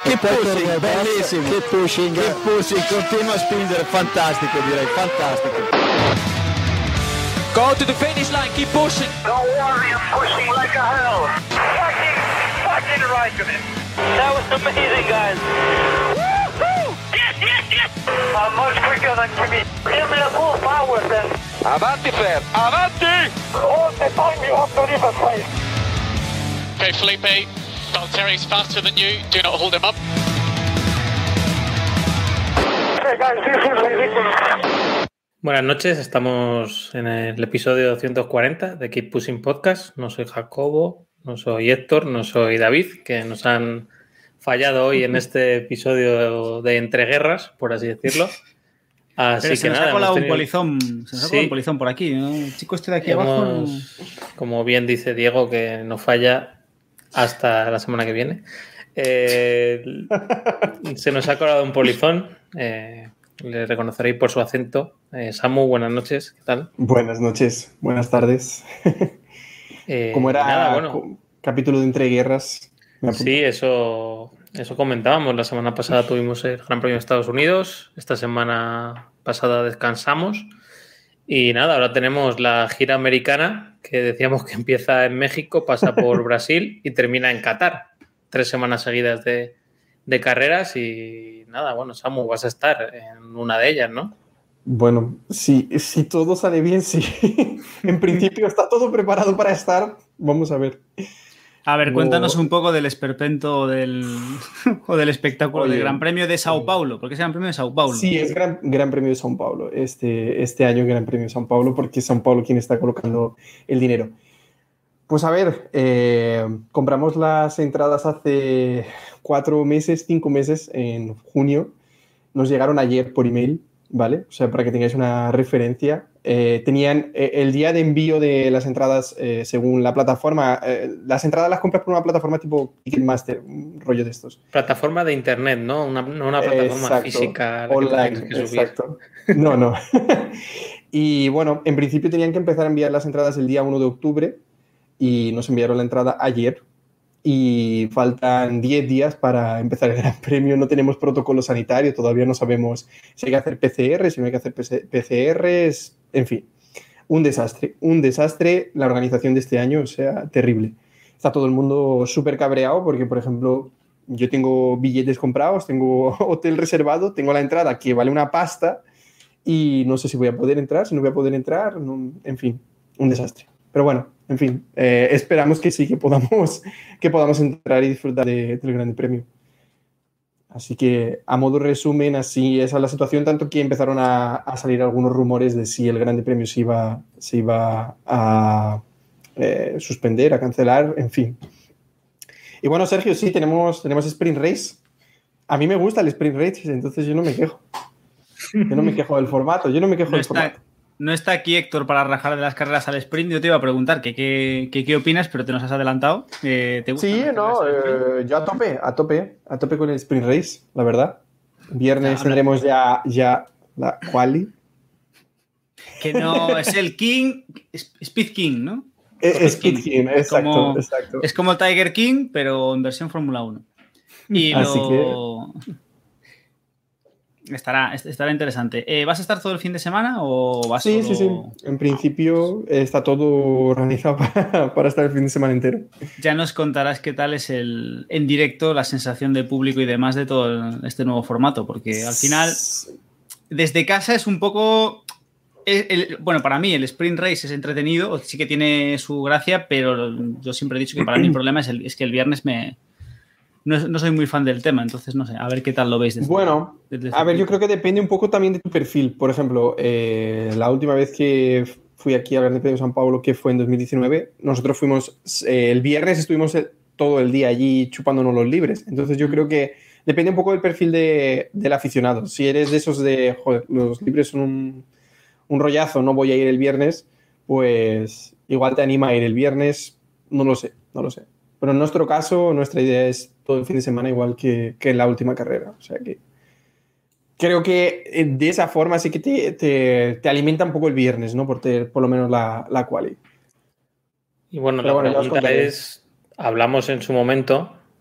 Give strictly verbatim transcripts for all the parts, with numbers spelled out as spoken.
che pushing, bellissimo, che pushing, che pushing, continua a spingere, fantastico direi, fantastico. Go to the finish line, keep pushing. Don't worry, I'm pushing like a hell. Fucking, fucking Raikkonen. That was amazing, guys. Woo-hoo! Yes, yes, yes! I'm much quicker than Kimi. Give me the full power then. Avanti, Fer, avanti! All the time you have to leave a place. Okay, Felipe, Valtteri's faster than you. Do not hold him up. Hey guys, this is ridiculous. Buenas noches, estamos en el episodio doscientos cuarenta de Keep Pushing Podcast. No soy Jacobo, no soy Héctor, no soy David, que nos han fallado hoy en este episodio de entreguerras, por así decirlo. Así Pero que se nos nada, ha colado tenido... un polizón, se nos ha colado Sí. un polizón por aquí, ¿no? El chico este de aquí Hemos, abajo. No... Como bien dice Diego, que no falla hasta la semana que viene. Eh, se nos ha colado un polizón. Eh, le reconoceréis por su acento. Eh, Samu, buenas noches. ¿Qué tal? Buenas noches, buenas tardes. Eh, Como era nada, bueno. co- capítulo de entreguerras. me apunto. Sí, eso, eso comentábamos. La semana pasada tuvimos el Gran Premio de Estados Unidos. Esta semana pasada descansamos. Y nada, ahora tenemos la gira americana, que decíamos que empieza en México, pasa por Brasil y termina en Qatar. Tres semanas seguidas de, de carreras y nada, bueno, Samu, vas a estar en una de ellas, ¿no? Bueno, si, si todo sale bien, sí. En principio está todo preparado para estar. Vamos a ver. A ver, No. cuéntanos un poco del esperpento o del, o del espectáculo Oye. del Gran Premio de Sao Paulo. ¿Por qué es el Gran Premio de Sao Paulo? Sí, es Gran, Gran Premio de São Paulo. Este, este año Gran Premio de São Paulo, porque es São Paulo quien está colocando el dinero. Pues a ver, eh, compramos las entradas hace cuatro meses, cinco meses, en junio. Nos llegaron ayer por email, ¿vale? O sea, para que tengáis una referencia. Eh, tenían eh, el día de envío de las entradas eh, según la plataforma. Eh, las entradas las compras por una plataforma tipo Ticketmaster, un rollo de estos. Plataforma de internet, ¿no? Una, no una plataforma Exacto, física. a la que online, tienes que subir. exacto. No, no. Y bueno, en principio tenían que empezar a enviar las entradas el día uno de octubre y nos enviaron la entrada ayer y faltan diez días para empezar el Gran Premio. No tenemos protocolo sanitario, todavía no sabemos si hay que hacer P C R, si no hay que hacer P C Rs, en fin. Un desastre, un desastre la organización de este año, o sea, terrible. Está todo el mundo súper cabreado porque, por ejemplo, yo tengo billetes comprados, tengo hotel reservado, tengo la entrada que vale una pasta y no sé si voy a poder entrar, si no voy a poder entrar, no, en fin, un desastre. Pero bueno, en fin, eh, esperamos que sí, que podamos, que podamos entrar y disfrutar de- del Gran Premio. Así que, a modo resumen, así esa es la situación, tanto que empezaron a, a salir algunos rumores de si el Gran Premio se iba, se iba a eh, suspender, a cancelar, en fin. Y bueno, Sergio, sí, tenemos, tenemos Sprint Race. A mí me gusta el Sprint Race, entonces yo no me quejo. Yo no me quejo del formato, yo no me quejo No del está, formato. no está aquí Héctor para rajar de las carreras al sprint. Yo te iba a preguntar que qué que, qué opinas, pero te nos has adelantado. Eh, ¿te gustan Sí, las no, carreras al sprint? eh, yo a tope, a tope, a tope con el Sprint Race, la verdad. Viernes Habla- tendremos ya, ya la quali. Que no, es el King, es- Speed King, ¿no? Eh, Speed Speed King. King, exacto, Como- exacto. Es como el Tiger King, pero en versión Fórmula uno. Y Así lo... Estará, estará interesante. Eh, ¿Vas a estar todo el fin de semana o vas Sí, solo... sí, sí. En principio eh, está todo organizado para, para estar el fin de semana entero. Ya nos contarás qué tal es el en directo, la sensación de público y demás de todo el- este nuevo formato, porque al final, desde casa es un poco... el- el- bueno, para mí el Sprint Race es entretenido, sí que tiene su gracia, pero yo siempre he dicho que para mí el problema es, el- es que el viernes me... No, no soy muy fan del tema, entonces no sé, a ver qué tal lo veis. Desde, Bueno, desde a ver, este yo creo que depende un poco también de tu perfil. Por ejemplo, eh, la última vez que fui aquí al Gran Premio de San Pablo, que fue en dos mil diecinueve, nosotros fuimos, eh, el viernes estuvimos el- todo el día allí chupándonos los libres. Entonces yo creo que depende un poco del perfil de, del aficionado. Si eres de esos de, joder, los libres son un, un rollazo, no voy a ir el viernes, pues igual te anima a ir el viernes, no lo sé, no lo sé. Pero en nuestro caso, nuestra idea es todo el fin de semana igual que, que en la última carrera. O sea que creo que eh, de esa forma sí que te, te, te alimenta un poco el viernes, ¿no? Por tener por lo menos la, la quali. Y bueno, Pero la bueno, ya os pregunta contaré. es, hablamos en su momento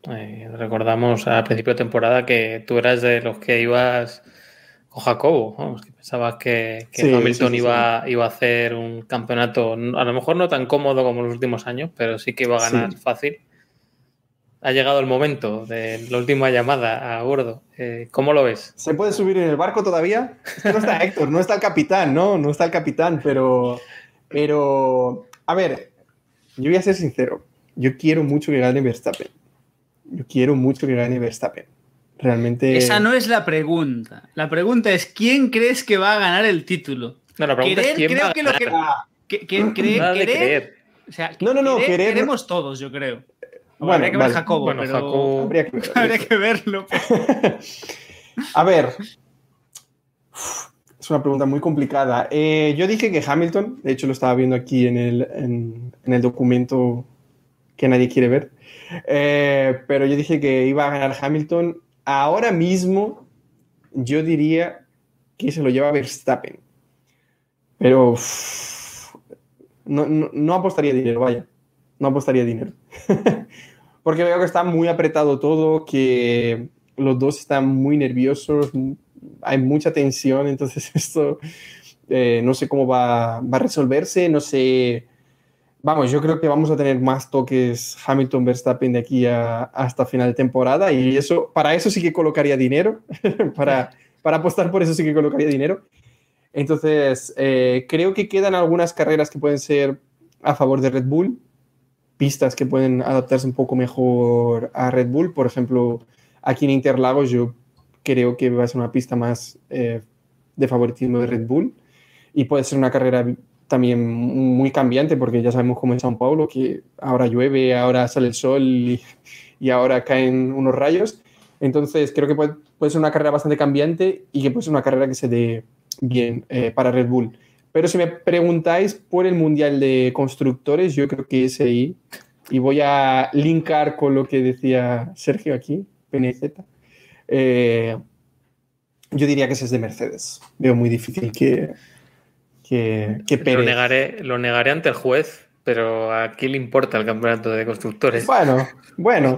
Eh, recordamos al principio de temporada que tú eras de los que ibas con Jacobo, vamos, que pensabas que, que Sí, Hamilton sí, sí, iba, sí. iba a hacer un campeonato, a lo mejor no tan cómodo como en los últimos años, pero sí que iba a ganar sí. fácil. Ha llegado el momento de la última llamada a bordo. Eh, ¿Cómo lo ves? ¿Se puede subir en el barco todavía? Es que no está Héctor, no está el capitán, ¿no? No está el capitán, pero... Pero... A ver, yo voy a ser sincero. Yo quiero mucho que gane Verstappen. Yo quiero mucho que gane Verstappen. Realmente... Esa no es la pregunta. La pregunta es, ¿quién crees que va a ganar el título? No, la pregunta querer, es quién creo va a que ganar. Lo que, que, que, que, Nada querer, de creer. O sea, no, no, no, querer, querer... queremos todos, yo creo. Bueno, habría que ver vale. Jacobo, bueno, pero... Jacobo... Habría que, ver, habría que verlo. A ver... Es una pregunta muy complicada. Eh, yo dije que Hamilton, de hecho lo estaba viendo aquí en el, en, en el documento que nadie quiere ver, eh, pero yo dije que iba a ganar Hamilton. Ahora mismo yo diría que se lo lleva Verstappen, pero uff, no, no, no apostaría dinero, vaya, no apostaría dinero. Porque veo que está muy apretado todo, que los dos están muy nerviosos, hay mucha tensión, entonces esto eh, no sé cómo va, va a resolverse, no sé... Vamos, yo creo que vamos a tener más toques Hamilton-Verstappen de aquí a, hasta final de temporada y eso, para eso sí que colocaría dinero, para, para apostar por eso sí que colocaría dinero. Entonces, eh, creo que quedan algunas carreras que pueden ser a favor de Red Bull, pistas que pueden adaptarse un poco mejor a Red Bull. Por ejemplo, aquí en Interlagos yo creo que va a ser una pista más eh, de favoritismo de Red Bull y puede ser una carrera también muy cambiante porque ya sabemos cómo es São Paulo, que ahora llueve, ahora sale el sol y, y ahora caen unos rayos. Entonces creo que puede, puede ser una carrera bastante cambiante y que puede ser una carrera que se dé bien eh, para Red Bull. Pero si me preguntáis por el Mundial de Constructores, yo creo que es ahí. Y voy a linkar con lo que decía Sergio aquí, P N Z. Eh, yo diría que ese es de Mercedes. Veo muy difícil que... Que, que lo, negaré, lo negaré ante el juez, pero ¿a quién le importa el campeonato de constructores? Bueno, bueno.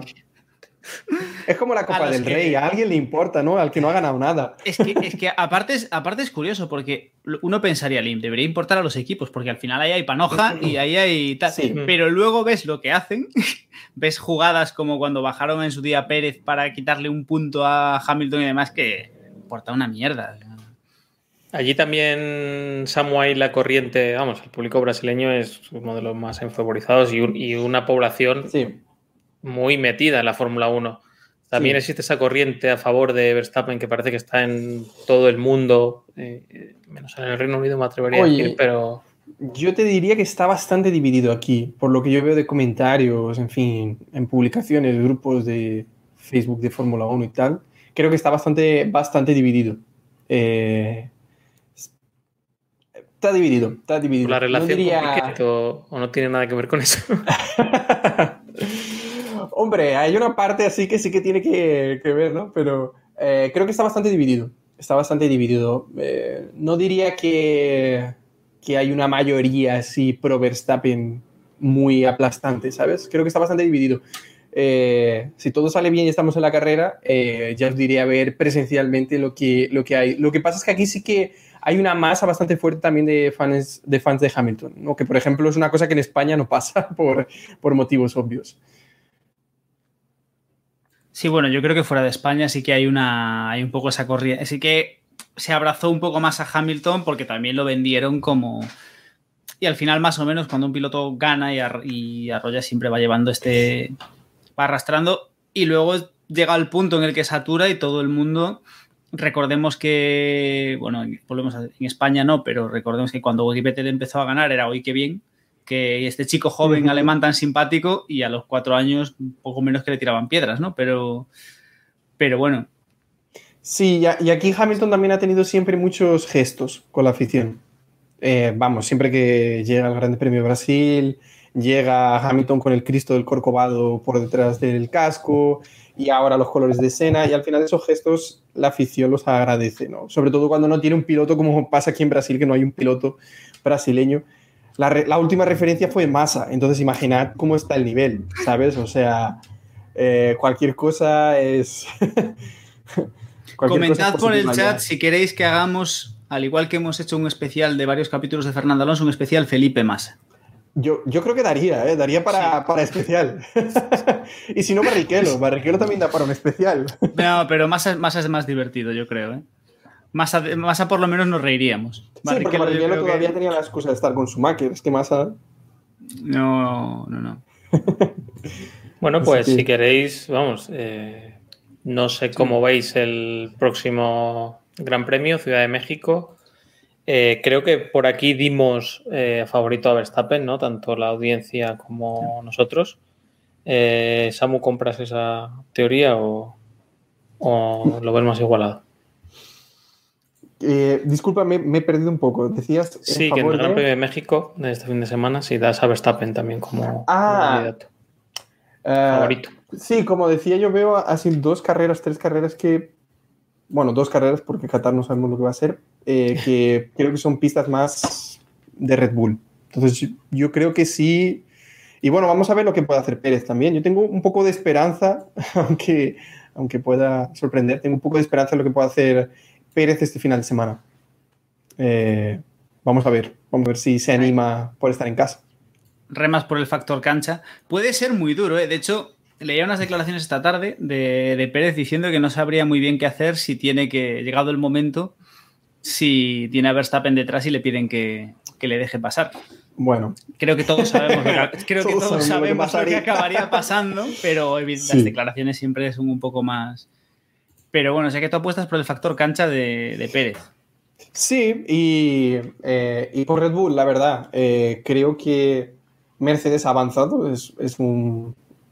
Es como la Copa del que... Rey, a alguien le importa, ¿no? Al que no ha ganado nada. Es que, es que aparte, es, aparte es curioso, porque uno pensaría, Lim, debería importar a los equipos, porque al final ahí hay panoja y ahí hay tal. Sí. Pero luego ves lo que hacen, ves jugadas como cuando bajaron en su día Pérez para quitarle un punto a Hamilton y demás, que importa una mierda. Allí también, Samu, hay la corriente, vamos, el público brasileño es uno de los más enfavorizados y, un, y una población sí. muy metida en la Fórmula uno. También sí. existe esa corriente a favor de Verstappen que parece que está en todo el mundo, eh, menos en el Reino Unido me atrevería Oye, a decir, pero... Yo te diría que está bastante dividido aquí, por lo que yo veo de comentarios, en fin, en publicaciones, grupos de Facebook de Fórmula uno y tal. Creo que está bastante, bastante dividido. Eh... Está dividido, está dividido. ¿La relación no diría... con Piquet o, o no tiene nada que ver con eso? Hombre, hay una parte así que sí que tiene que, que ver, ¿no? Pero eh, creo que está bastante dividido. Está bastante dividido. Eh, no diría que, que hay una mayoría así pro Verstappen muy aplastante, ¿sabes? Creo que está bastante dividido. Eh, si todo sale bien y estamos en la carrera, eh, ya os diré a ver presencialmente lo que, lo que hay. Lo que pasa es que aquí sí que hay una masa bastante fuerte también de fans de, fans de Hamilton, ¿no? Que, por ejemplo, es una cosa que en España no pasa por, por motivos obvios. Sí, bueno, yo creo que fuera de España sí que hay una hay un poco esa corriente. Sí que se abrazó un poco más a Hamilton porque también lo vendieron como... Y al final, más o menos, cuando un piloto gana y, ar- y arrolla, siempre va llevando este... va arrastrando y luego llega al punto en el que satura y todo el mundo... Recordemos que, bueno, volvemos a, en España no, pero recordemos que cuando Vettel empezó a ganar era hoy qué bien, que este chico joven uh-huh. alemán tan simpático y a los cuatro años poco menos que le tiraban piedras, ¿no? Pero, pero bueno. Sí, y aquí Hamilton también ha tenido siempre muchos gestos con la afición. Eh, vamos, siempre que llega el Gran Premio de Brasil, llega Hamilton con el Cristo del Corcovado por detrás del casco y ahora los colores de Senna, y al final esos gestos la afición los agradece, ¿no? Sobre todo cuando no tiene un piloto, como pasa aquí en Brasil, que no hay un piloto brasileño. La, re- la última referencia fue Massa, entonces imaginad cómo está el nivel, ¿sabes? O sea, eh, cualquier cosa es... cualquier Comentad cosa por el positiva chat ya. si queréis que hagamos, al igual que hemos hecho un especial de varios capítulos de Fernando Alonso, un especial Felipe Massa. Yo, yo creo que daría, ¿eh? Daría para, Sí. para especial. Y si no, Barrichello. Barrichello también da para un especial. No, pero Massa, Massa es más divertido, yo creo, ¿eh? Massa, Massa por lo menos nos reiríamos. Sí, porque Barrichello yo Barrichello creo todavía que... tenía la excusa de estar con Schumacher. Es que Massa... No, no, no. Bueno, Así pues que- si queréis, vamos, eh, no sé cómo veis el próximo Gran Premio, Ciudad de México. Eh, creo que por aquí dimos eh, favorito a Verstappen, ¿no? Tanto la audiencia como nosotros. Eh, Samu, ¿compras esa teoría o, o lo ves más igualado? Eh, disculpa, me, me he perdido un poco. Decías en Sí, que en favor el Gran de- Premio de México de este fin de semana sí das a Verstappen también como, Ah. como candidato Eh, favorito. Sí, como decía, yo veo así dos carreras, tres carreras que... Bueno, dos carreras porque Qatar no sabemos lo que va a ser, eh, que creo que son pistas más de Red Bull. Entonces, yo creo que sí... Y bueno, vamos a ver lo que puede hacer Pérez también. Yo tengo un poco de esperanza, aunque, aunque pueda sorprender, tengo un poco de esperanza en lo que puede hacer Pérez este final de semana. Eh, vamos a ver, vamos a ver si se anima por estar en casa. Remas por el factor cancha. Puede ser muy duro, ¿eh? De hecho, leía unas declaraciones esta tarde de, de Pérez diciendo que no sabría muy bien qué hacer si tiene que, llegado el momento, si tiene a Verstappen detrás y le piden que, que le deje pasar. Bueno, Creo que todos sabemos lo que, creo que Todos todos sabemos lo que sabemos lo que pasaría. acabaría pasando, pero evi- Sí. las declaraciones siempre son un poco más... Pero bueno, sé que tú apuestas por el factor cancha de, de Pérez. sí, y, eh, y por Red Bull, la verdad, eh, creo que Mercedes ha avanzado, es, es, un,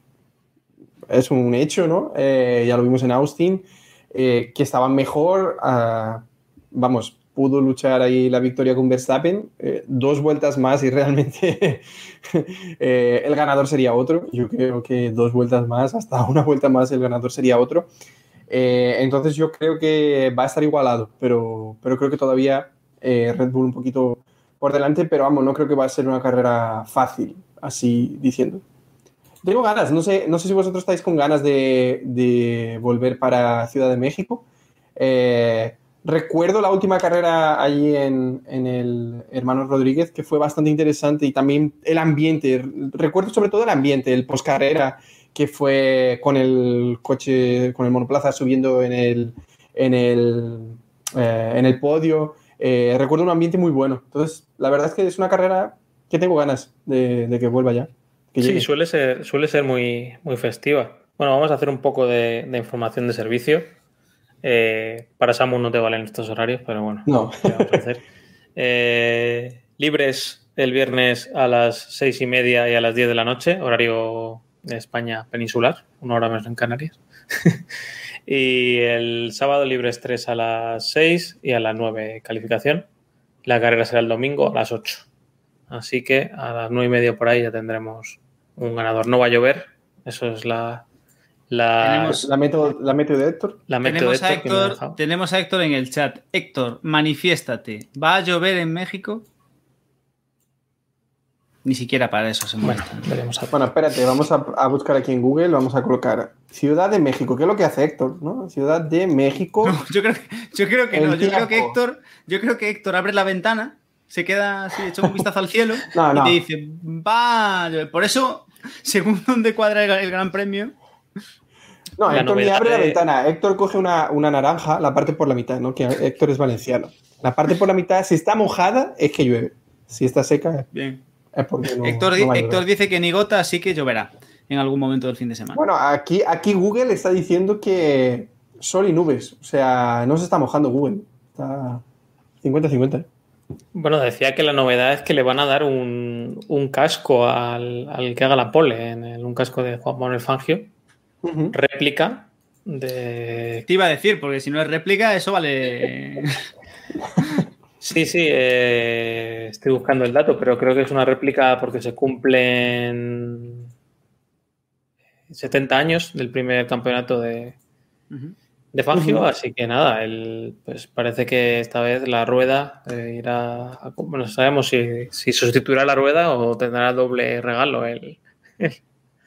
es un hecho, ¿no? Eh, ya lo vimos en Austin, eh, que estaban mejor, ah, vamos, pudo luchar ahí la victoria con Verstappen, eh, dos vueltas más y realmente eh, el ganador sería otro. Yo creo que dos vueltas más, hasta una vuelta más, el ganador sería otro. Eh, entonces yo creo que va a estar igualado, pero, pero creo que todavía eh, Red Bull un poquito por delante, pero vamos, no creo que va a ser una carrera fácil, así diciendo. Tengo ganas, no sé, no sé si vosotros estáis con ganas de, de volver para Ciudad de México. Eh, recuerdo la última carrera allí en, en el Hermanos Rodríguez, que fue bastante interesante, y también el ambiente. Recuerdo sobre todo el ambiente, el postcarrera, que fue con el coche, con el monoplaza subiendo en el, en el, eh, en el podio. Eh, recuerdo un ambiente muy bueno. Entonces, la verdad es que es una carrera que tengo ganas de, de que vuelva ya. Que Sí, llegue. suele ser, suele ser muy, muy festiva. Bueno, vamos a hacer un poco de, de información de servicio. Eh, para Samu no te valen estos horarios, pero bueno, No. ¿qué vamos a hacer? Eh, libres el viernes a las seis y media y a las diez de la noche, horario de España peninsular, una hora menos en Canarias. Y el sábado libres tres a las seis y a las nueve calificación. La carrera será el domingo a las ocho. Así que a las nueve y media por ahí ya tendremos un ganador. No va a llover, eso es la, la, Tenemos- La meto, la meto de Héctor. la método Tenemos a, Héctor que me ha Héctor, dejado. tenemos a Héctor en el chat. Héctor, manifiéstate. ¿Va a llover en México? Ni siquiera para eso se Bueno, muestra. veremos a ver. Bueno, espérate, vamos a, a buscar aquí en Google, vamos a colocar Ciudad de México. ¿Qué es lo que hace Héctor? ¿No? Ciudad de México. No, yo creo que, yo creo que El no. Yo creo que tiempo. Héctor, yo creo que Héctor abre la ventana, se queda así, echa un vistazo al cielo No, y no. te dice, va a llover. Por eso, según donde cuadra el, el Gran Premio, No, La Héctor ni novedad abre la de- ventana. Héctor coge una, una naranja, la parte por la mitad, ¿no? Que Héctor es valenciano. La parte por la mitad, si está mojada, es que llueve. Si está seca, bien. es porque no. Héctor, no di- va a llover. Héctor dice que ni gota, así que lloverá en algún momento del fin de semana. Bueno, aquí, aquí Google está diciendo que sol y nubes. O sea, no se está mojando Google. Está cincuenta cincuenta. Bueno, decía que la novedad es que le van a dar un, un casco al, al que haga la pole, en el- un casco de Juan Manuel Fangio, Ujú. réplica de... Te iba a decir, porque si no es réplica, eso vale. Sí, sí, eh, estoy buscando el dato, pero creo que es una réplica porque se cumplen setenta años del primer campeonato de, Ujú. de Fangio, Ujú. así que nada, el, pues parece que esta vez la rueda eh, irá, a, bueno, sabemos si, si sustituirá la rueda o tendrá doble regalo el, el,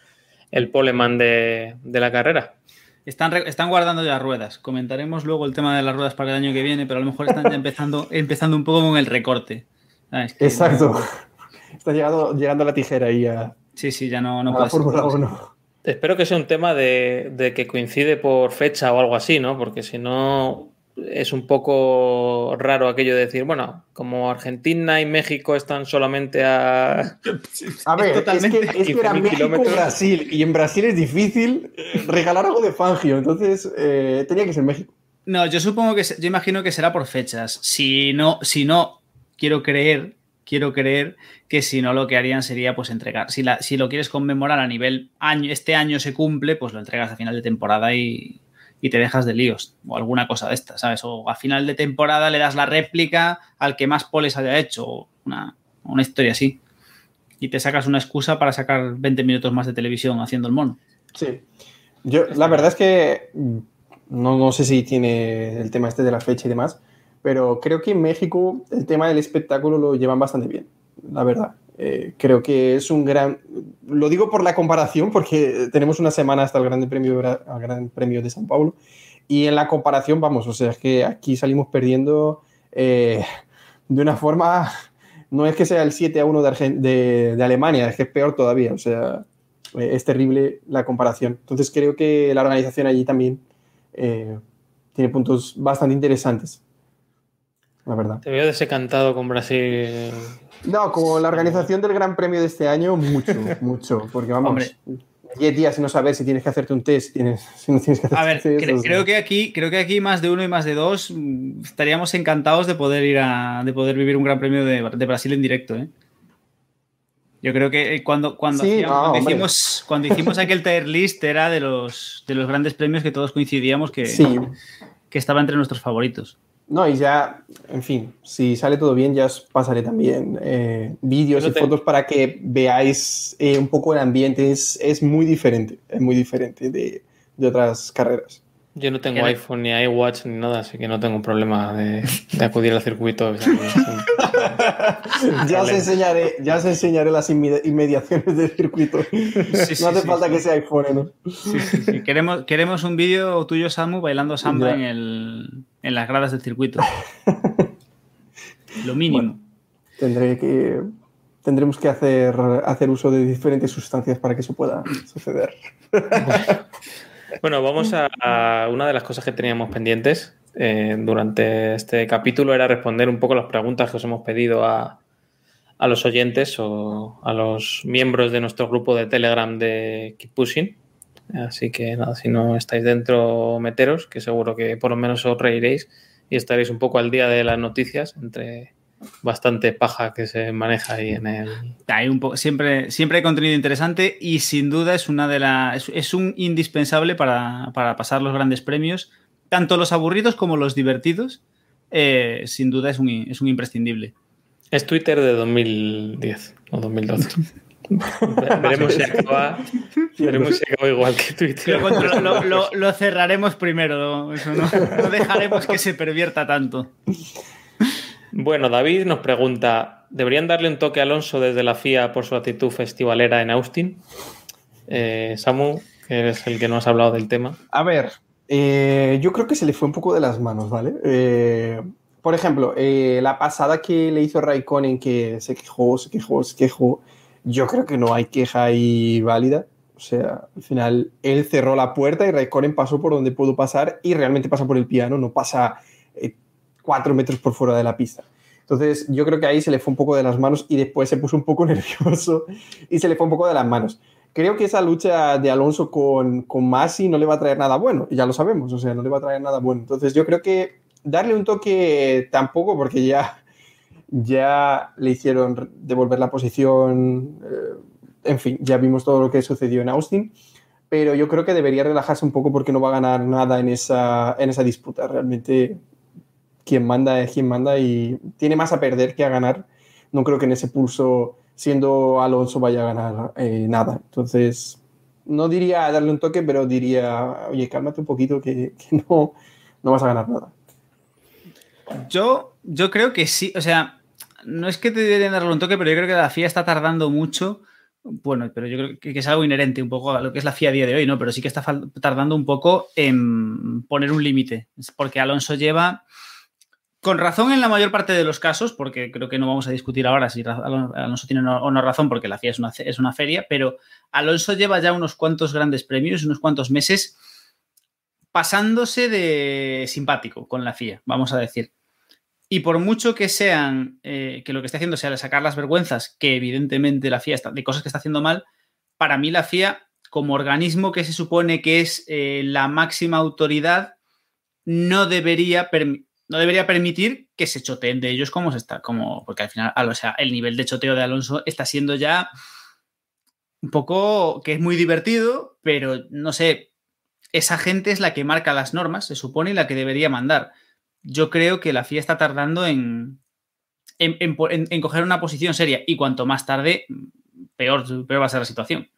el poleman de, de la carrera. Están, están guardando ya ruedas. Comentaremos luego el tema de las ruedas para el año que viene, pero a lo mejor están ya empezando, empezando un poco con el recorte. ¿Sabes? Que Exacto. No... Está llegando, llegando la tijera ahí a... Sí, sí, ya no, no puede ser. Fórmula uno. Espero que sea un tema de, de que coincide por fecha o algo así, ¿no? Porque si no es un poco raro aquello de decir, bueno, como Argentina y México están solamente a... A ver, es, totalmente... es que, es que era México-Brasil y en Brasil es difícil regalar algo de Fangio, entonces eh, tenía que ser México. No, yo supongo que, yo imagino que será por fechas. Si no, si no, quiero creer... Quiero creer que si no lo que harían sería pues entregar. Si, la, si lo quieres conmemorar a nivel año, este año se cumple, pues lo entregas a final de temporada y, y te dejas de líos. O alguna cosa de esta, ¿sabes? O a final de temporada le das la réplica al que más poles haya hecho. O una, una historia así. Y te sacas una excusa para sacar veinte minutos más de televisión haciendo el mono. Sí. Yo, la verdad es que no, no sé si tiene el tema este de la fecha y demás. Pero creo que en México el tema del espectáculo lo llevan bastante bien, la verdad. Eh, creo que es un gran... Lo digo por la comparación, porque tenemos una semana hasta el Gran Premio, el Gran Premio de San Paulo, y en la comparación, vamos, o sea, es que aquí salimos perdiendo eh, de una forma... No es que sea el siete a uno de, Argen- de, de Alemania, es que es peor todavía, o sea, eh, es terrible la comparación. Entonces creo que la organización allí también eh, tiene puntos bastante interesantes. La verdad. Te veo desencantado con Brasil. No, como la organización del Gran Premio de este año, mucho, mucho. Porque vamos, Hombre. diez días y no saber si tienes que hacerte un test, si, tienes, si no tienes que hacer A ver, test, cre- creo, que aquí, creo que aquí más de uno y más de dos estaríamos encantados de poder ir a, de poder vivir un Gran Premio de, de Brasil en directo, ¿eh? Yo creo que cuando, cuando, sí, hacíamos, no, cuando, hicimos, cuando hicimos aquel tier list era de los, de los grandes premios que todos coincidíamos que, sí. que estaba entre nuestros favoritos. No, y ya, en fin, si sale todo bien, ya os pasaré también eh, vídeos no y te... fotos para que veáis eh, un poco el ambiente. Es, es muy diferente, es muy diferente de, de otras carreras. Yo no tengo iPhone ni iWatch ni nada, así que no tengo problema de, de acudir al circuito. ya, os enseñaré, ya os enseñaré las inmediaciones del circuito. Sí, sí, no hace sí, falta sí. que sea iPhone, ¿no? Sí, sí, sí. Queremos, queremos un vídeo tuyo, Samu, bailando samba en, el, en las gradas del circuito. Lo mínimo. Bueno, tendré que, tendremos que hacer, hacer uso de diferentes sustancias para que eso pueda suceder. Bueno, vamos a, a una de las cosas que teníamos pendientes eh, durante este capítulo, era responder un poco las preguntas que os hemos pedido a, a los oyentes o a los miembros de nuestro grupo de Telegram de Keep Pushing. Así que nada, si no estáis dentro, meteros, que seguro que por lo menos os reiréis y estaréis un poco al día de las noticias entre bastante paja que se maneja ahí en el... Hay un poco, siempre, siempre hay contenido interesante y sin duda es una de las es, es un indispensable para, para pasar los grandes premios, tanto los aburridos como los divertidos. Eh, sin duda es un, es un imprescindible. Es Twitter de dos mil diez o dos mil doce. Veremos si acaba, veremos si acaba igual que Twitter. Lo, lo, lo, lo cerraremos primero, eso no, no dejaremos que se pervierta tanto. Bueno, David nos pregunta, ¿deberían darle un toque a Alonso desde la F I A por su actitud festivalera en Austin? Eh, Samu, que eres el que no has hablado del tema. A ver, eh, yo creo que se le fue un poco de las manos, ¿vale? Eh, por ejemplo, eh, la pasada que le hizo Raikkonen, que se quejó, se quejó, se quejó, yo creo que no hay queja ahí válida. O sea, al final él cerró la puerta y Raikkonen pasó por donde pudo pasar y realmente pasa por el piano, no pasa... Eh, cuatro metros por fuera de la pista. Entonces, yo creo que ahí se le fue un poco de las manos y después se puso un poco nervioso y se le fue un poco de las manos. Creo que esa lucha de Alonso con, con Masi no le va a traer nada bueno, ya lo sabemos, o sea, no le va a traer nada bueno. Entonces, yo creo que darle un toque tampoco, porque ya, ya le hicieron devolver la posición, eh, en fin, ya vimos todo lo que sucedió en Austin, pero yo creo que debería relajarse un poco porque no va a ganar nada en esa, en esa disputa. Realmente... quien manda es quien manda y tiene más a perder que a ganar. No creo que en ese pulso, siendo Alonso, vaya a ganar eh, nada. Entonces, no diría darle un toque, pero diría, oye, cálmate un poquito que, que no, no vas a ganar nada. Yo, yo creo que sí, o sea, no es que te deberían darle un toque, pero yo creo que la F I A está tardando mucho bueno, pero yo creo que, que es algo inherente un poco a lo que es la F I A a día de hoy, ¿no? Pero sí que está tardando un poco en poner un límite, porque Alonso lleva, con razón en la mayor parte de los casos, porque creo que no vamos a discutir ahora si Alonso tiene o no razón, porque la F I A es una, es una feria, pero Alonso lleva ya unos cuantos grandes premios, unos cuantos meses pasándose de simpático con la F I A, vamos a decir. Y por mucho que sean, eh, que lo que esté haciendo sea sacar las vergüenzas, que evidentemente la F I A está, de cosas que está haciendo mal, para mí la F I A, como organismo que se supone que es eh, la máxima autoridad, no debería, no debería permitir que se choteen de ellos como se está, como, porque al final, o sea, el nivel de choteo de Alonso está siendo ya un poco, que es muy divertido, pero no sé, esa gente es la que marca las normas, se supone, y la que debería mandar. Yo creo que la F I A está tardando en, en, en, en coger una posición seria, y cuanto más tarde, peor, peor va a ser la situación.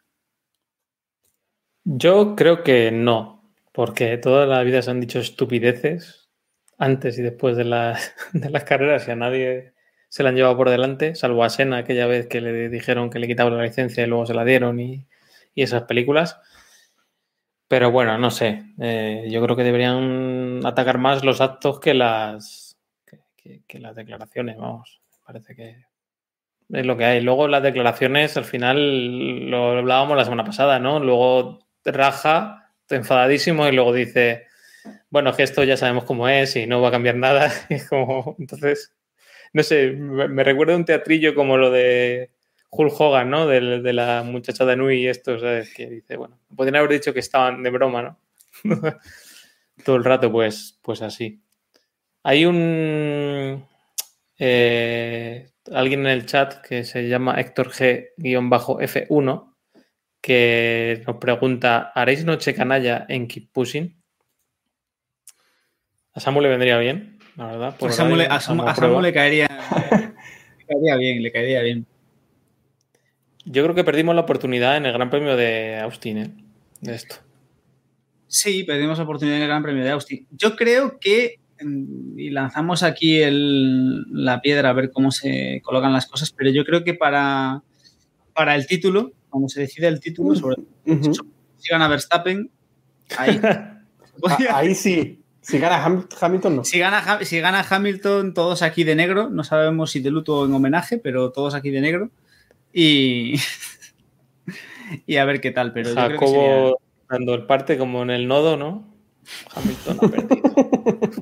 Yo creo que no, porque toda la vida se han dicho estupideces antes y después de las, de las carreras y a nadie se la han llevado por delante, salvo a Senna aquella vez que le dijeron que le quitaban la licencia y luego se la dieron y, y esas películas. Pero bueno, no sé. Eh, yo creo que deberían atacar más los actos que las que, que, que las declaraciones, vamos. Parece que es lo que hay. Luego las declaraciones, al final, lo hablábamos la semana pasada, ¿no? Luego raja, enfadadísimo, y luego dice, bueno, que esto ya sabemos cómo es y no va a cambiar nada. Y como, entonces, no sé, me, me recuerda un teatrillo como lo de Hulk Hogan, ¿no? De, de la muchacha de Nui y esto, ¿sabes? Que dice, bueno, podrían haber dicho que estaban de broma, ¿no? Todo el rato, pues, pues así. Hay un... Eh, alguien en el chat que se llama Héctor G F uno que nos pregunta, ¿haréis noche canalla en Keep Pushing? A Samu le vendría bien, la verdad. Por a Samu, le, a Samu, a Samu le, caería, le caería bien, le caería bien. Yo creo que perdimos la oportunidad en el Gran Premio de Austin, ¿eh? De esto. Sí, perdimos la oportunidad en el Gran Premio de Austin. Yo creo que, y lanzamos aquí el, la piedra a ver cómo se colocan las cosas, pero yo creo que para, para el título, cuando se decide el título, sobre uh-huh. si gana Verstappen, ahí. ahí sí. Si gana Ham- Hamilton, no. Si gana, si gana Hamilton, todos aquí de negro. No sabemos si de luto o en homenaje, pero todos aquí de negro. Y, y a ver qué tal. Pero Jacobo yo creo que sería... dando el parte como en el nodo, ¿no? Hamilton ha perdido.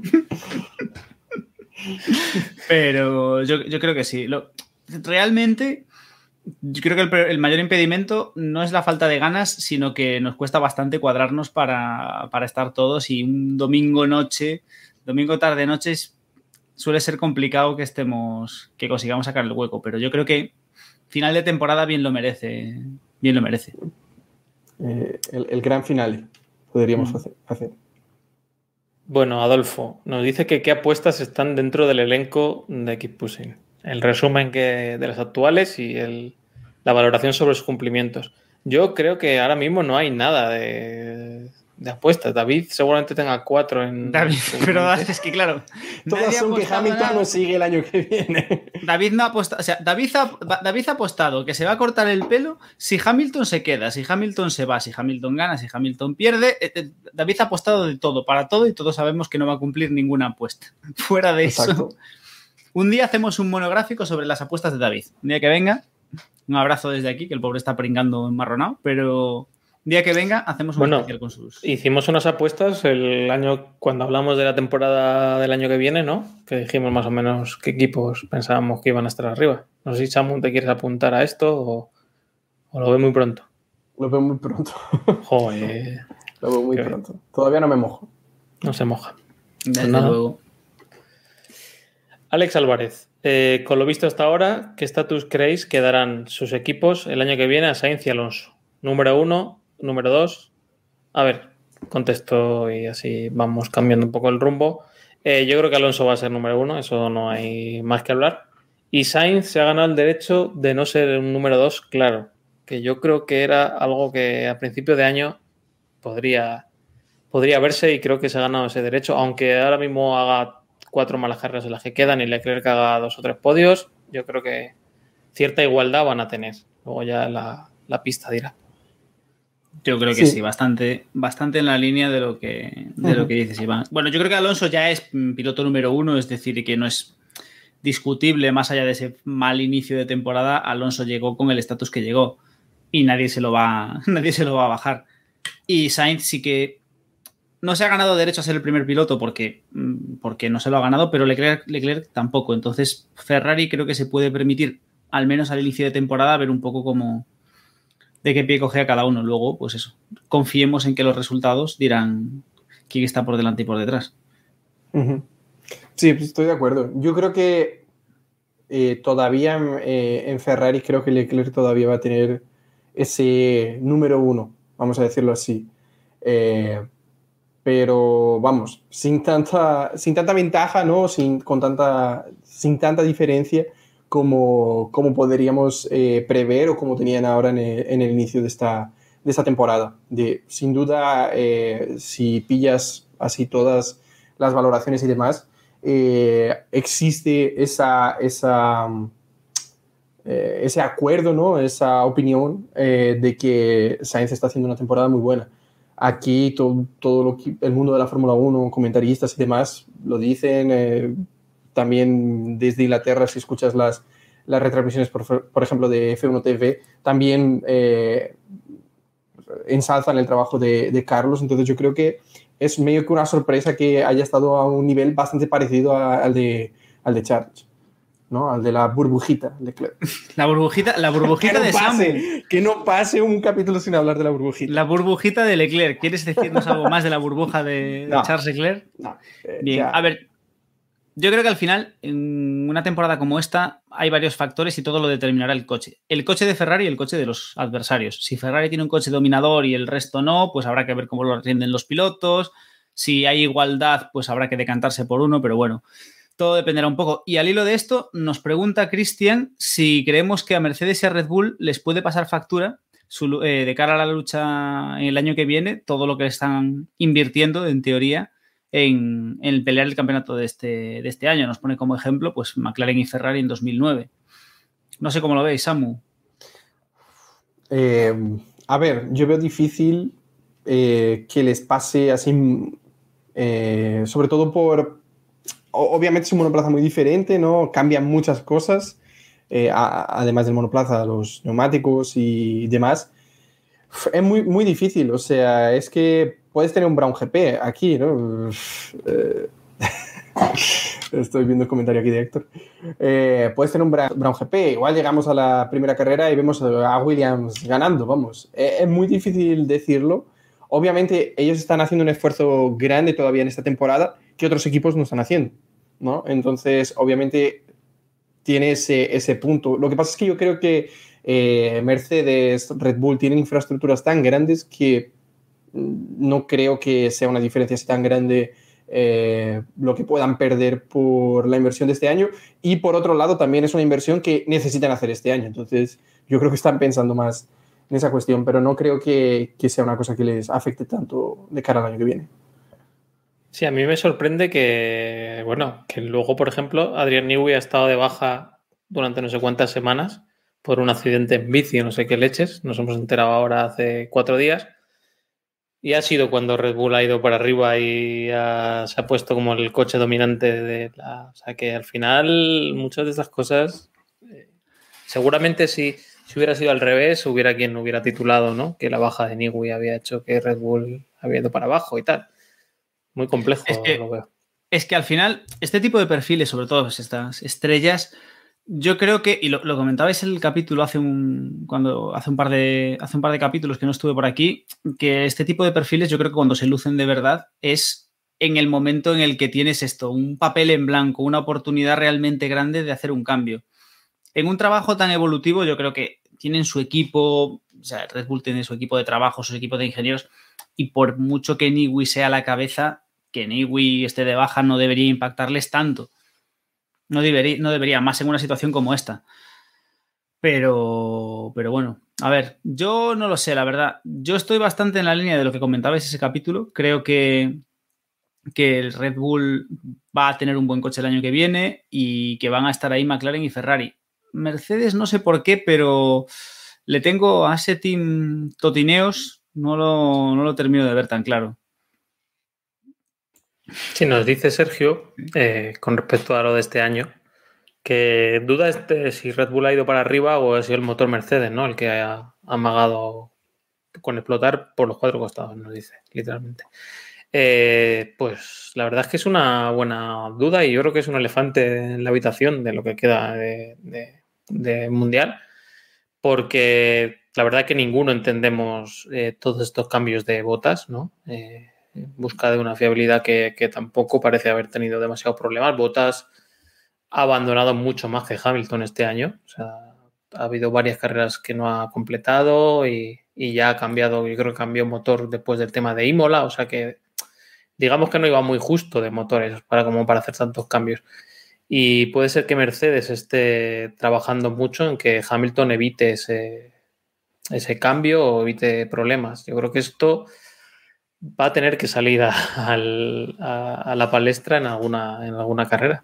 Pero yo, yo creo que sí. Lo, realmente, yo creo que el, el mayor impedimento no es la falta de ganas, sino que nos cuesta bastante cuadrarnos para, para estar todos. Y un domingo noche, domingo tarde noche, suele ser complicado que estemos, que consigamos sacar el hueco. Pero yo creo que final de temporada bien lo merece. Bien lo merece. Eh, el, el gran final podríamos mm. hacer, hacer. Bueno, Adolfo, nos dice que qué apuestas están dentro del elenco de Keep Pushing. El resumen que, de las actuales y el, la valoración sobre sus cumplimientos. Yo creo que ahora mismo no hay nada de, de apuestas. David seguramente tenga cuatro en... David, pero es que claro... Todas son que Hamilton nada. No sigue el año que viene. David no ha apostado... O sea, David ha, David ha apostado que se va a cortar el pelo si Hamilton se queda, si Hamilton se va, si Hamilton gana, si Hamilton pierde. David ha apostado de todo, para todo, y todos sabemos que no va a cumplir ninguna apuesta. Fuera de Exacto. eso... Un día hacemos un monográfico sobre las apuestas de David. Un día que venga, un abrazo desde aquí, que el pobre está pringando enmarronado, pero un día que venga hacemos un bueno, especial con sus... Hicimos unas apuestas el año, cuando hablamos de la temporada del año que viene, ¿no? Que dijimos más o menos qué equipos pensábamos que iban a estar arriba. No sé si, Samu, te quieres apuntar a esto o, o lo veo muy pronto. Lo veo muy pronto. Joder. Lo veo muy qué pronto. Bien. Todavía no me mojo. No se moja. Desde pues luego. Alex Álvarez, eh, con lo visto hasta ahora, ¿qué estatus creéis que darán sus equipos el año que viene a Sainz y Alonso? Número uno, número dos. A ver, contesto y así vamos cambiando un poco el rumbo. Eh, yo creo que Alonso va a ser número uno, eso no hay más que hablar. Y Sainz se ha ganado el derecho de no ser un número dos, claro, que yo creo que era algo que a principio de año podría, podría verse, y creo que se ha ganado ese derecho, aunque ahora mismo haga cuatro malas carreras en las que quedan y Leclerc que haga dos o tres podios, yo creo que cierta igualdad van a tener. Luego ya la, la pista dirá. Yo creo que sí, Sí. bastante, bastante en la línea de lo que, de lo que dices, Iván. Bueno, yo creo que Alonso ya es piloto número uno, es decir, que no es discutible, más allá de ese mal inicio de temporada, Alonso llegó con el estatus que llegó y nadie se lo va, nadie se lo va a bajar. Y Sainz sí que no se ha ganado derecho a ser el primer piloto porque, porque no se lo ha ganado, pero Leclerc, Leclerc tampoco. Entonces, Ferrari creo que se puede permitir, al menos al inicio de temporada, ver un poco cómo, de qué pie coge a cada uno. Luego, pues eso, confiemos en que los resultados dirán quién está por delante y por detrás. Uh-huh. Sí, pues estoy de acuerdo. Yo creo que eh, todavía eh, en Ferrari creo que Leclerc todavía va a tener ese número uno, vamos a decirlo así. Eh, pero vamos, sin tanta, sin tanta ventaja, ¿no? Sin, con tanta, sin tanta diferencia como, como podríamos eh, prever o como tenían ahora en el, en el inicio de esta, de esta temporada. De, sin duda, eh, si pillas así todas las valoraciones y demás, eh, existe esa, esa, eh, ese acuerdo, ¿no? Esa opinión eh, de que Sainz está haciendo una temporada muy buena. Aquí todo, todo lo que, el mundo de la Fórmula uno, comentaristas y demás, lo dicen. Eh, también desde Inglaterra, si escuchas las, las retransmisiones, por, por ejemplo, de F uno T V, también eh, ensalzan el trabajo de, de Carlos. Entonces yo creo que es medio que una sorpresa que haya estado a un nivel bastante parecido a, al, de, al de Charles, ¿no? Al de la burbujita de Leclerc. La burbujita, la burbujita que no de pase, Samu. Que no pase un capítulo sin hablar de la burbujita. La burbujita de Leclerc. ¿Quieres decirnos algo más de la burbuja de, de no, Charles Leclerc? No, eh, Bien, ya. a ver, yo creo que al final, en una temporada como esta, hay varios factores y todo lo determinará el coche. El coche de Ferrari y el coche de los adversarios. Si Ferrari tiene un coche dominador y el resto no, pues habrá que ver cómo lo rinden los pilotos. Si hay igualdad, pues habrá que decantarse por uno, pero bueno, todo dependerá un poco. Y al hilo de esto, nos pregunta Cristian si creemos que a Mercedes y a Red Bull les puede pasar factura su, eh, de cara a la lucha en el año que viene, todo lo que están invirtiendo, en teoría, en, en pelear el campeonato de este, de este año. Nos pone como ejemplo pues McLaren y Ferrari en dos mil nueve. No sé cómo lo veis, Samu. Eh, a ver, yo veo difícil eh, que les pase así, eh, sobre todo por... Obviamente es un monoplaza muy diferente, ¿no? Cambian muchas cosas, eh, a, además del monoplaza, los neumáticos y demás. Es muy, muy difícil, o sea, es que puedes tener un Brown G P aquí, ¿no? Eh, estoy viendo el comentario aquí de Héctor. Eh, puedes tener un Brown, Brown G P, igual llegamos a la primera carrera y vemos a Williams ganando, vamos. Eh, es muy difícil decirlo. Obviamente ellos están haciendo un esfuerzo grande todavía en esta temporada que otros equipos no están haciendo, ¿no? Entonces, obviamente, tiene ese, ese punto. Lo que pasa es que yo creo que eh, Mercedes, Red Bull tienen infraestructuras tan grandes que no creo que sea una diferencia así tan grande eh, lo que puedan perder por la inversión de este año. Y por otro lado, también es una inversión que necesitan hacer este año. Entonces, yo creo que están pensando más en esa cuestión, pero no creo que, que sea una cosa que les afecte tanto de cara al año que viene. Sí, a mí me sorprende que, bueno, que luego, por ejemplo, Adrian Newey ha estado de baja durante no sé cuántas semanas por un accidente en bici, no sé qué leches, nos hemos enterado ahora hace cuatro días, y ha sido cuando Red Bull ha ido para arriba y ha, se ha puesto como el coche dominante de la... O sea, que al final muchas de estas cosas, eh, seguramente si, si hubiera sido al revés, hubiera quien hubiera titulado, ¿no? Que la baja de Newey había hecho que Red Bull había ido para abajo y tal. Muy complejo, es que, lo veo. Es que al final, este tipo de perfiles, sobre todo estas estrellas, yo creo que, y lo, lo comentabais en el capítulo hace un, cuando, hace, un par de, hace un par de capítulos que no estuve por aquí, que este tipo de perfiles yo creo que cuando se lucen de verdad es en el momento en el que tienes esto, un papel en blanco, una oportunidad realmente grande de hacer un cambio. En un trabajo tan evolutivo yo creo que tienen su equipo, o sea, Red Bull tiene su equipo de trabajo, su equipo de ingenieros, y por mucho que Newey sea la cabeza, que Newey esté de baja no debería impactarles tanto. No debería, no debería, más en una situación como esta. Pero, pero bueno, a ver, yo no lo sé, la verdad. Yo estoy bastante en la línea de lo que comentabais ese capítulo. Creo que, que el Red Bull va a tener un buen coche el año que viene y que van a estar ahí McLaren y Ferrari. Mercedes no sé por qué, pero le tengo a ese team Totineos, no lo, no lo termino de ver tan claro. Sí, nos dice Sergio, eh, con respecto a lo de este año, que duda este si Red Bull ha ido para arriba o ha sido el motor Mercedes, ¿no? El que ha amagado con explotar por los cuatro costados, nos dice, literalmente. Eh, pues la verdad es que es una buena duda y yo creo que es un elefante en la habitación de lo que queda de, de, de Mundial, porque la verdad es que ninguno entendemos eh, todos estos cambios de botas, ¿no? Eh, en busca de una fiabilidad que, que tampoco parece haber tenido demasiados problemas. Bottas ha abandonado mucho más que Hamilton este año, o sea, ha habido varias carreras que no ha completado y, y ya ha cambiado, yo creo que cambió motor después del tema de Imola, o sea que digamos que no iba muy justo de motores para, como para hacer tantos cambios. Y puede ser que Mercedes esté trabajando mucho en que Hamilton evite ese, ese cambio o evite problemas. Yo creo que esto va a tener que salir a, a, a la palestra en alguna, en alguna carrera.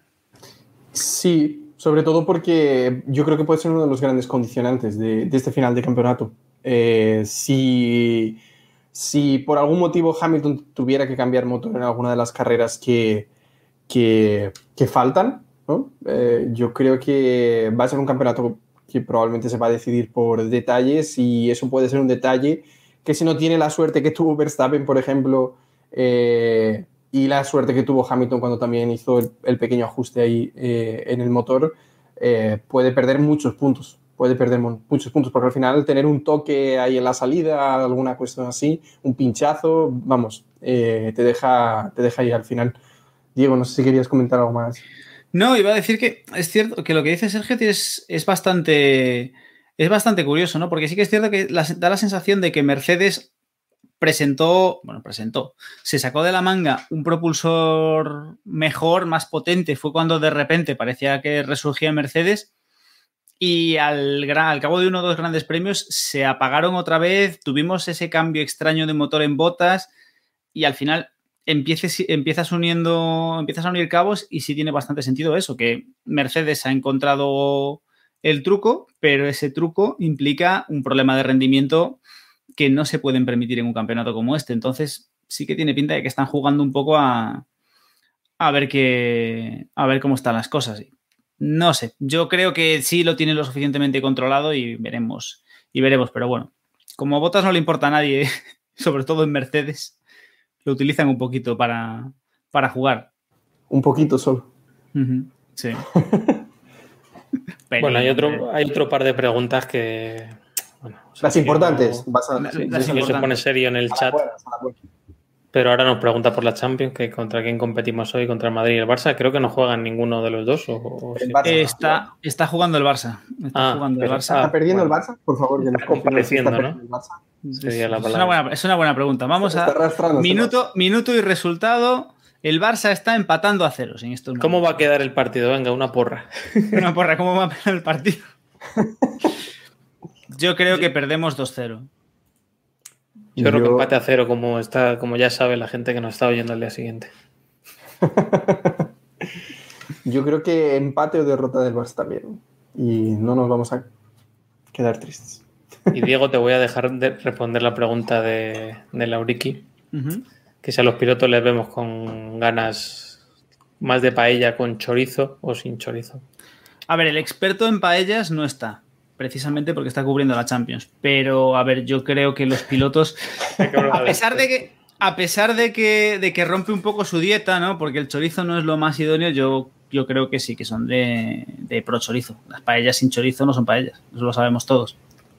Sí, sobre todo porque yo creo que puede ser uno de los grandes condicionantes de, de este final de campeonato. Eh, si, si por algún motivo Hamilton tuviera que cambiar motor en alguna de las carreras que, que, que faltan, ¿no? eh, yo creo que va a ser un campeonato que probablemente se va a decidir por detalles y eso puede ser un detalle que si no tiene la suerte que tuvo Verstappen, por ejemplo, eh, y la suerte que tuvo Hamilton cuando también hizo el, el pequeño ajuste ahí eh, en el motor, eh, puede perder muchos puntos. Puede perder muchos puntos, porque al final tener un toque ahí en la salida, alguna cuestión así, un pinchazo, vamos, eh, te deja, te deja ahí al final. Diego, no sé si querías comentar algo más. No, iba a decir que es cierto que lo que dice Sergio es, es bastante es bastante curioso, ¿no? Porque sí que es cierto que la, da la sensación de que Mercedes presentó, bueno, presentó, se sacó de la manga un propulsor mejor, más potente, fue cuando de repente parecía que resurgía Mercedes y al, al cabo de uno o dos grandes premios se apagaron otra vez, tuvimos ese cambio extraño de motor en Bottas y al final empieces, empiezas uniendo, empiezas a unir cabos y sí tiene bastante sentido eso, que Mercedes ha encontrado el truco, pero ese truco implica un problema de rendimiento que no se pueden permitir en un campeonato como este. Entonces sí que tiene pinta de que están jugando un poco a, a ver qué, a ver cómo están las cosas. No sé, yo creo que sí lo tienen lo suficientemente controlado y veremos, y veremos, pero bueno, como a Bottas no le importa a nadie, sobre todo en Mercedes, lo utilizan un poquito para, para jugar. Un poquito solo. Uh-huh. Sí. Pero, bueno, hay otro, hay otro par de preguntas que... Bueno, las importantes. Vas a, sí, las sí, se pone serio en el chat. Buena, pero ahora nos pregunta por la Champions, que contra quién competimos hoy, contra el Madrid y el Barça. Creo que no juegan ninguno de los dos. O, o el Barça, está, está jugando el Barça. Está ah, jugando el Barça. ¿Está perdiendo bueno. el Barça? Por favor, que está compareciendo, ¿no? El Barça. Sería la es, una buena, es una buena pregunta. Vamos a minuto, minuto y resultado. El Barça está empatando a ceros en estos momentos. ¿Cómo va a quedar el partido? Venga, una porra. Una porra, ¿cómo va a quedar el partido? Yo creo que perdemos dos cero. Yo, Yo creo que empate a cero, como está, como ya sabe la gente que nos está oyendo al día siguiente. Yo creo que empate o derrota del Barça también. Y no nos vamos a quedar tristes. Y Diego, te voy a dejar de responder la pregunta de, de Lauriki. Uh-huh. Que si a los pilotos les vemos con ganas más de paella con chorizo o sin chorizo. A ver, el experto en paellas no está, precisamente porque está cubriendo la Champions. Pero, a ver, yo creo que los pilotos, a pesar de que, a pesar de que, de que rompe un poco su dieta, ¿no? Porque el chorizo no es lo más idóneo, yo, yo creo que sí, que son de, de pro chorizo. Las paellas sin chorizo no son paellas, eso lo sabemos todos.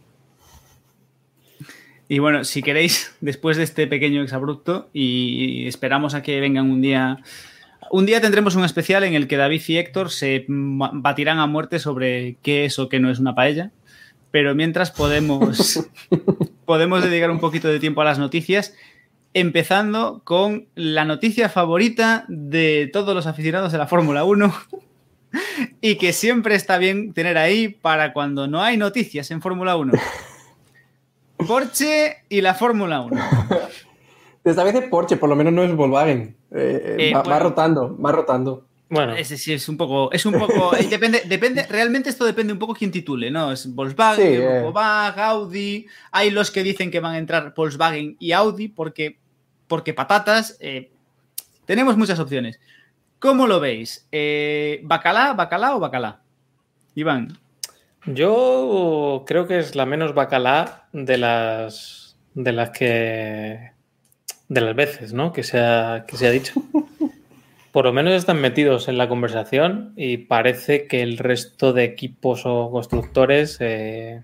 Y bueno, si queréis, después de este pequeño exabrupto, y esperamos a que vengan un día... Un día tendremos un especial en el que David y Héctor se batirán a muerte sobre qué es o qué no es una paella, pero mientras podemos, podemos dedicar un poquito de tiempo a las noticias, empezando con la noticia favorita de todos los aficionados de la Fórmula uno y que siempre está bien tener ahí para cuando no hay noticias en Fórmula uno. Porsche y la Fórmula uno. Esta vez es Porsche, por lo menos no es Volkswagen. Eh, eh, va, bueno, va rotando, va rotando. Bueno, ese sí es un poco, es un poco, depende, depende, realmente esto depende un poco quién titule, ¿no? Es Volkswagen, Sí, eh. Volkswagen, Audi. Hay los que dicen que van a entrar Volkswagen y Audi porque, porque patatas. Eh, tenemos muchas opciones. ¿Cómo lo veis? Eh, ¿Bacalá, bacalá o bacalá? Iván. Yo creo que es la menos bacalá de las de las que de las veces, ¿no? Que se ha, que se ha dicho. Por lo menos están metidos en la conversación y parece que el resto de equipos o constructores eh,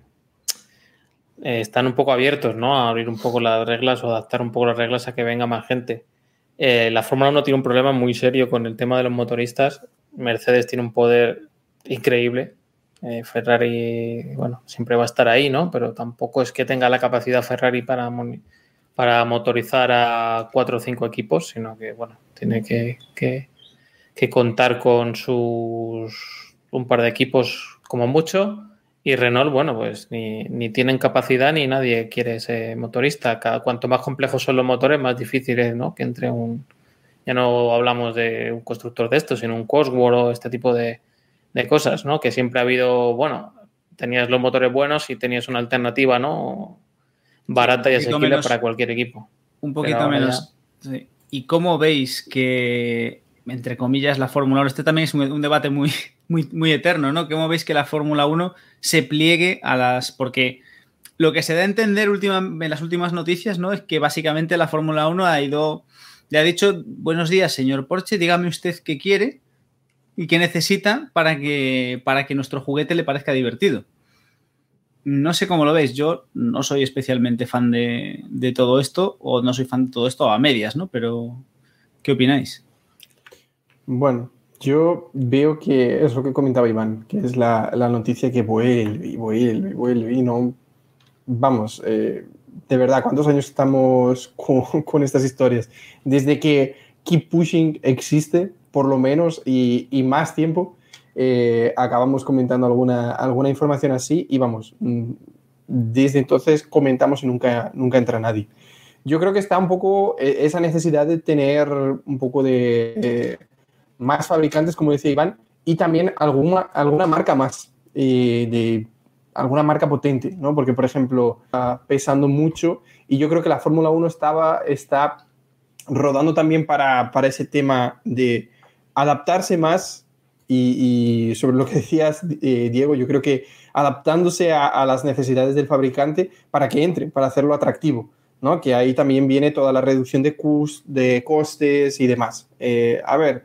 eh, están un poco abiertos, ¿no? A abrir un poco las reglas o adaptar un poco las reglas a que venga más gente. Eh, la Fórmula uno tiene un problema muy serio con el tema de los motoristas. Mercedes tiene un poder increíble. Eh, Ferrari, bueno, siempre va a estar ahí, ¿no? Pero tampoco es que tenga la capacidad Ferrari para, para motorizar a cuatro o cinco equipos, sino que, bueno, tiene que, que, que contar con sus un par de equipos como mucho. Y Renault, bueno, pues ni, ni tienen capacidad ni nadie quiere ese motorista. Cada, cuanto más complejos son los motores, más difícil es, ¿no? Que entre un... Ya no hablamos de un constructor de estos, sino un Cosworth o este tipo de, de cosas, ¿no? Que siempre ha habido, bueno, tenías los motores buenos y tenías una alternativa, ¿no? Barata sí, y asequible menos, para cualquier equipo. Un poquito menos. Ya... Sí. ¿Y cómo veis que, entre comillas, la Fórmula uno, este también es un, un debate muy, muy, muy eterno, ¿no? ¿Cómo veis que la Fórmula uno se pliegue a las... Porque lo que se da a entender última, en las últimas noticias, ¿no? Es que básicamente la Fórmula uno ha ido... Le ha dicho, buenos días, señor Porsche, dígame usted qué quiere y qué necesita para que, para que nuestro juguete le parezca divertido. No sé cómo lo veis, yo no soy especialmente fan de, de todo esto, o no soy fan de todo esto a medias, ¿no? Pero, ¿qué opináis? Bueno, yo veo que es lo que comentaba Iván, que es la, la noticia que vuelve y vuelve y vuelve y no... Vamos, eh, de verdad, ¿cuántos años estamos con, con estas historias? Desde que Keep Pushing existe, por lo menos, y, y más tiempo... Eh, acabamos comentando alguna, alguna información así y vamos, desde entonces comentamos y nunca, nunca entra nadie. Yo creo que está un poco eh, esa necesidad de tener un poco de eh, más fabricantes, como decía Iván, y también alguna, alguna marca más, eh, de alguna marca potente, ¿no? Porque, por ejemplo, está pesando mucho y yo creo que la Fórmula uno estaba, está rodando también para, para ese tema de adaptarse más. Y, y sobre lo que decías, eh, Diego, yo creo que adaptándose a, a las necesidades del fabricante para que entre, para hacerlo atractivo, ¿no? Que ahí también viene toda la reducción de, cus, de costes y demás. Eh, a ver,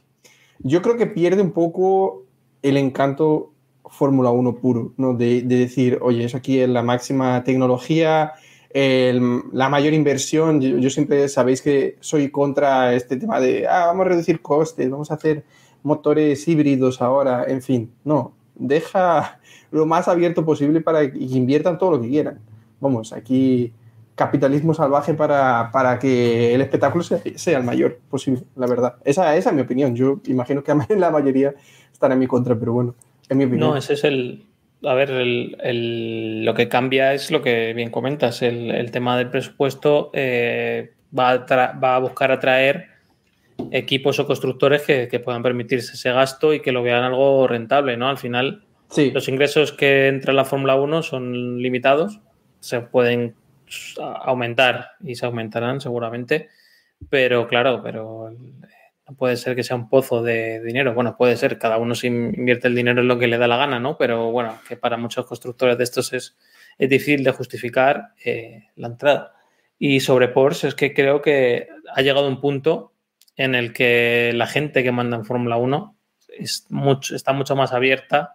yo creo que pierde un poco el encanto Fórmula uno puro, ¿no? De, de decir, oye, eso aquí es la máxima tecnología, el, la mayor inversión. Yo, yo siempre sabéis que soy contra este tema de, ah, vamos a reducir costes, vamos a hacer... motores híbridos ahora, en fin, no, deja lo más abierto posible para que inviertan todo lo que quieran. Vamos, aquí capitalismo salvaje para, para que el espectáculo sea, sea el mayor posible, la verdad. Esa, esa es mi opinión. Yo imagino que la mayoría estará en mi contra, pero bueno, es mi opinión. No, ese es el... A ver, el, el, lo que cambia es lo que bien comentas, el, el tema del presupuesto eh, va, a tra- va a buscar atraer equipos o constructores que, que puedan permitirse ese gasto y que lo vean algo rentable, ¿no? Al final, sí. Los ingresos que entra en la Fórmula uno son limitados, se pueden aumentar y se aumentarán seguramente, pero claro, pero no puede ser que sea un pozo de dinero. Bueno, puede ser, cada uno se invierte el dinero en lo que le da la gana, ¿no? Pero bueno, que para muchos constructores de estos es, es difícil de justificar eh, la entrada. Y sobre Porsche es que creo que ha llegado un punto en el que la gente que manda en Fórmula uno es mucho, está mucho más abierta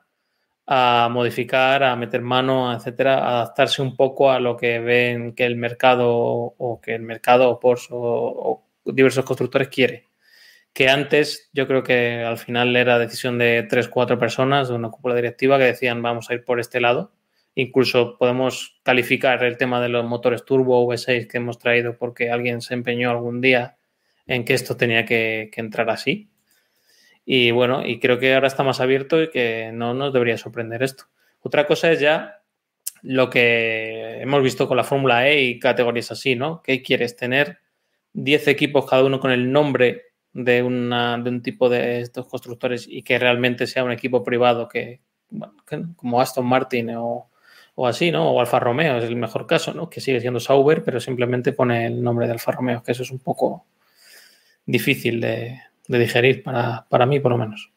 a modificar, a meter mano, etcétera, a adaptarse un poco a lo que ven que el mercado o que el mercado o Porsche o, o diversos constructores quiere. Que antes yo creo que al final era decisión de tres, cuatro personas de una cúpula directiva que decían vamos a ir por este lado. Incluso podemos calificar el tema de los motores turbo V seis que hemos traído porque alguien se empeñó algún día en que esto tenía que, que entrar así. Y bueno, y creo que ahora está más abierto y que no nos debería sorprender esto. Otra cosa es ya lo que hemos visto con la Fórmula E y categorías así, ¿no? ¿Qué quieres? ¿Tener diez equipos, cada uno con el nombre de, una, de un tipo de estos constructores y que realmente sea un equipo privado que, bueno, que como Aston Martin o, o así, ¿no? O Alfa Romeo es el mejor caso, ¿no? Que sigue siendo Sauber, pero simplemente pone el nombre de Alfa Romeo, que eso es un poco difícil de, de digerir para, para mí, por lo menos.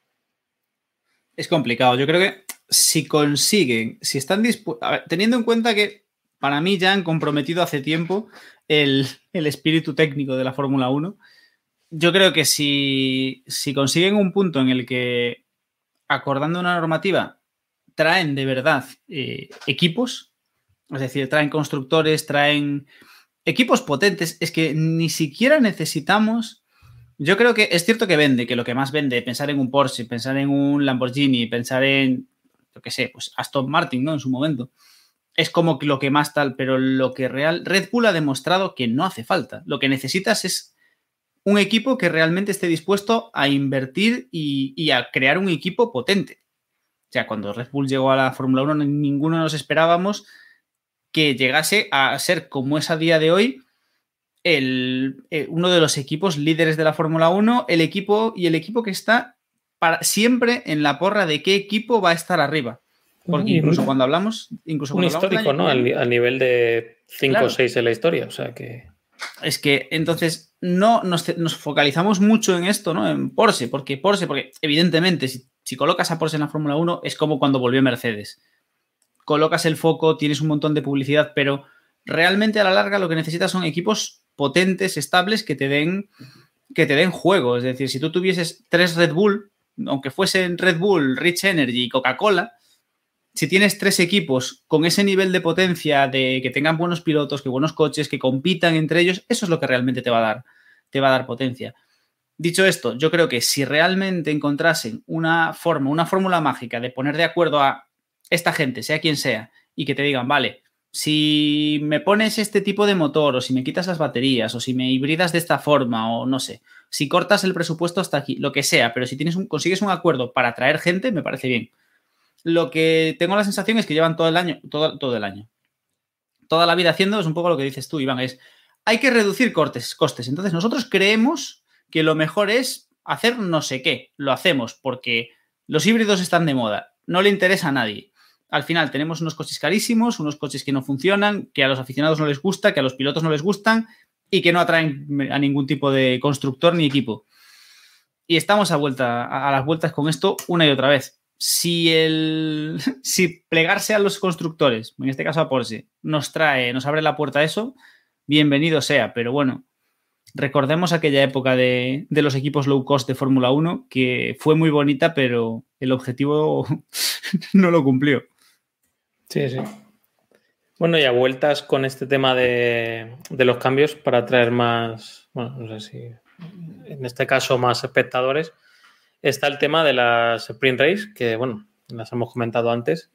Es complicado. Yo creo que si consiguen, si están dispuestos, teniendo en cuenta que para mí ya han comprometido hace tiempo el, el espíritu técnico de la Fórmula uno, yo creo que si, si consiguen un punto en el que, acordando una normativa, traen de verdad eh, equipos, es decir, traen constructores, traen equipos potentes, es que ni siquiera necesitamos... Yo creo que es cierto que vende, que lo que más vende, pensar en un Porsche, pensar en un Lamborghini, pensar en, yo qué sé, pues Aston Martin, ¿no? En su momento. Es como lo que más tal, pero lo que real... Red Bull ha demostrado que no hace falta. Lo que necesitas es un equipo que realmente esté dispuesto a invertir y, y a crear un equipo potente. O sea, cuando Red Bull llegó a la Fórmula uno, ninguno nos esperábamos que llegase a ser como es a día de hoy, El, eh, uno de los equipos líderes de la Fórmula uno, el equipo y el equipo que está para, siempre en la porra de qué equipo va a estar arriba. Porque incluso un, cuando hablamos... Incluso un cuando histórico, hablamos ¿no? Al, al nivel de cinco o claro. seis en la historia, o sea que... Es que, entonces, no nos, nos focalizamos mucho en esto, ¿no? En Porsche, porque Porsche, porque evidentemente, si, si colocas a Porsche en la Fórmula uno, es como cuando volvió Mercedes. Colocas el foco, tienes un montón de publicidad, pero realmente a la larga lo que necesitas son equipos potentes, estables, que te den que te den juego. Es decir, si tú tuvieses tres Red Bull, aunque fuesen Red Bull, Rich Energy y Coca-Cola, si tienes tres equipos con ese nivel de potencia, de que tengan buenos pilotos, que buenos coches, que compitan entre ellos, eso es lo que realmente te va a dar, te va a dar potencia. Dicho esto, yo creo que si realmente encontrasen una forma, una fórmula mágica de poner de acuerdo a esta gente, sea quien sea, y que te digan, vale, si me pones este tipo de motor o si me quitas las baterías o si me hibridas de esta forma o no sé, si cortas el presupuesto hasta aquí, lo que sea, pero si tienes un, consigues un acuerdo para atraer gente, me parece bien. Lo que tengo la sensación es que llevan todo el año, todo, todo el año, toda la vida haciendo, es un poco lo que dices tú, Iván, es hay que reducir cortes, costes. Entonces nosotros creemos que lo mejor es hacer no sé qué. Lo hacemos porque los híbridos están de moda, no le interesa a nadie. Al final tenemos unos coches carísimos, unos coches que no funcionan, que a los aficionados no les gusta, que a los pilotos no les gustan y que no atraen a ningún tipo de constructor ni equipo. Y estamos a, vuelta, a las vueltas con esto una y otra vez. Si, el, si plegarse a los constructores, en este caso a Porsche, nos trae, nos abre la puerta a eso, bienvenido sea. Pero bueno, recordemos aquella época de, de los equipos low cost de Fórmula uno, que fue muy bonita, pero el objetivo no lo cumplió. Sí, sí. Bueno, y a vueltas con este tema de, de los cambios para traer más, bueno, no sé si en este caso más espectadores, está el tema de las Sprint Race, que bueno, las hemos comentado antes,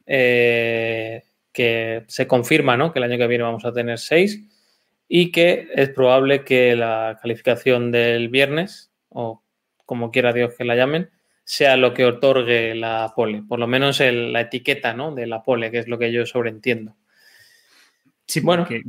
eh, que se confirma, ¿no?, que el año que viene vamos a tener seis y que es probable que la calificación del viernes, o como quiera Dios que la llamen, sea lo que otorgue la pole, por lo menos el, la etiqueta, ¿no?, de la pole, que es lo que yo sobreentiendo. Sí, bueno, porque...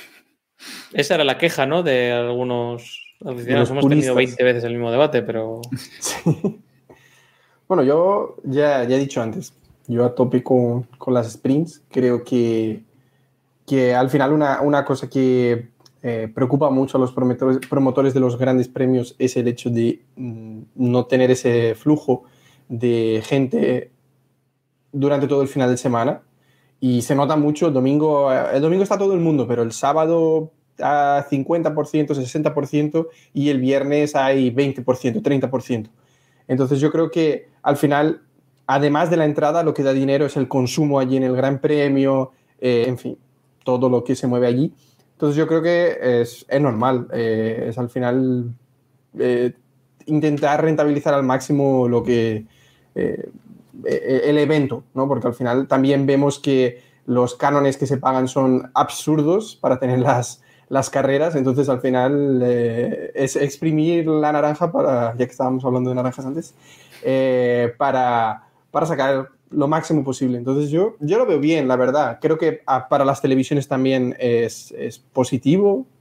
esa era la queja, ¿no?, de algunos aficionados. Hemos tenido veinte veces el mismo debate, pero... Sí. Bueno, yo ya, ya he dicho antes, yo a tope con, con las sprints. Creo que, que al final una, una cosa que eh, preocupa mucho a los promotores, promotores de los grandes premios es el hecho de mm, no tener ese flujo de gente durante todo el final de semana. Y se nota mucho el domingo. El domingo está todo el mundo, pero el sábado a cincuenta por ciento, sesenta por ciento y el viernes hay veinte por ciento, treinta por ciento. Entonces yo creo que al final, además de la entrada, lo que da dinero es el consumo allí en el Gran Premio, eh, en fin, todo lo que se mueve allí. Entonces yo creo que es, es normal, eh, es al final eh, intentar rentabilizar al máximo lo que eh, el evento, ¿no? Porque al final también vemos que los cánones que se pagan son absurdos para tener las, las carreras. Entonces al final eh, es exprimir la naranja para, ya que estábamos hablando de naranjas antes, eh, para, para sacar lo máximo posible. Entonces yo, yo lo veo bien, la verdad. Creo que a, para las televisiones también es, es positivo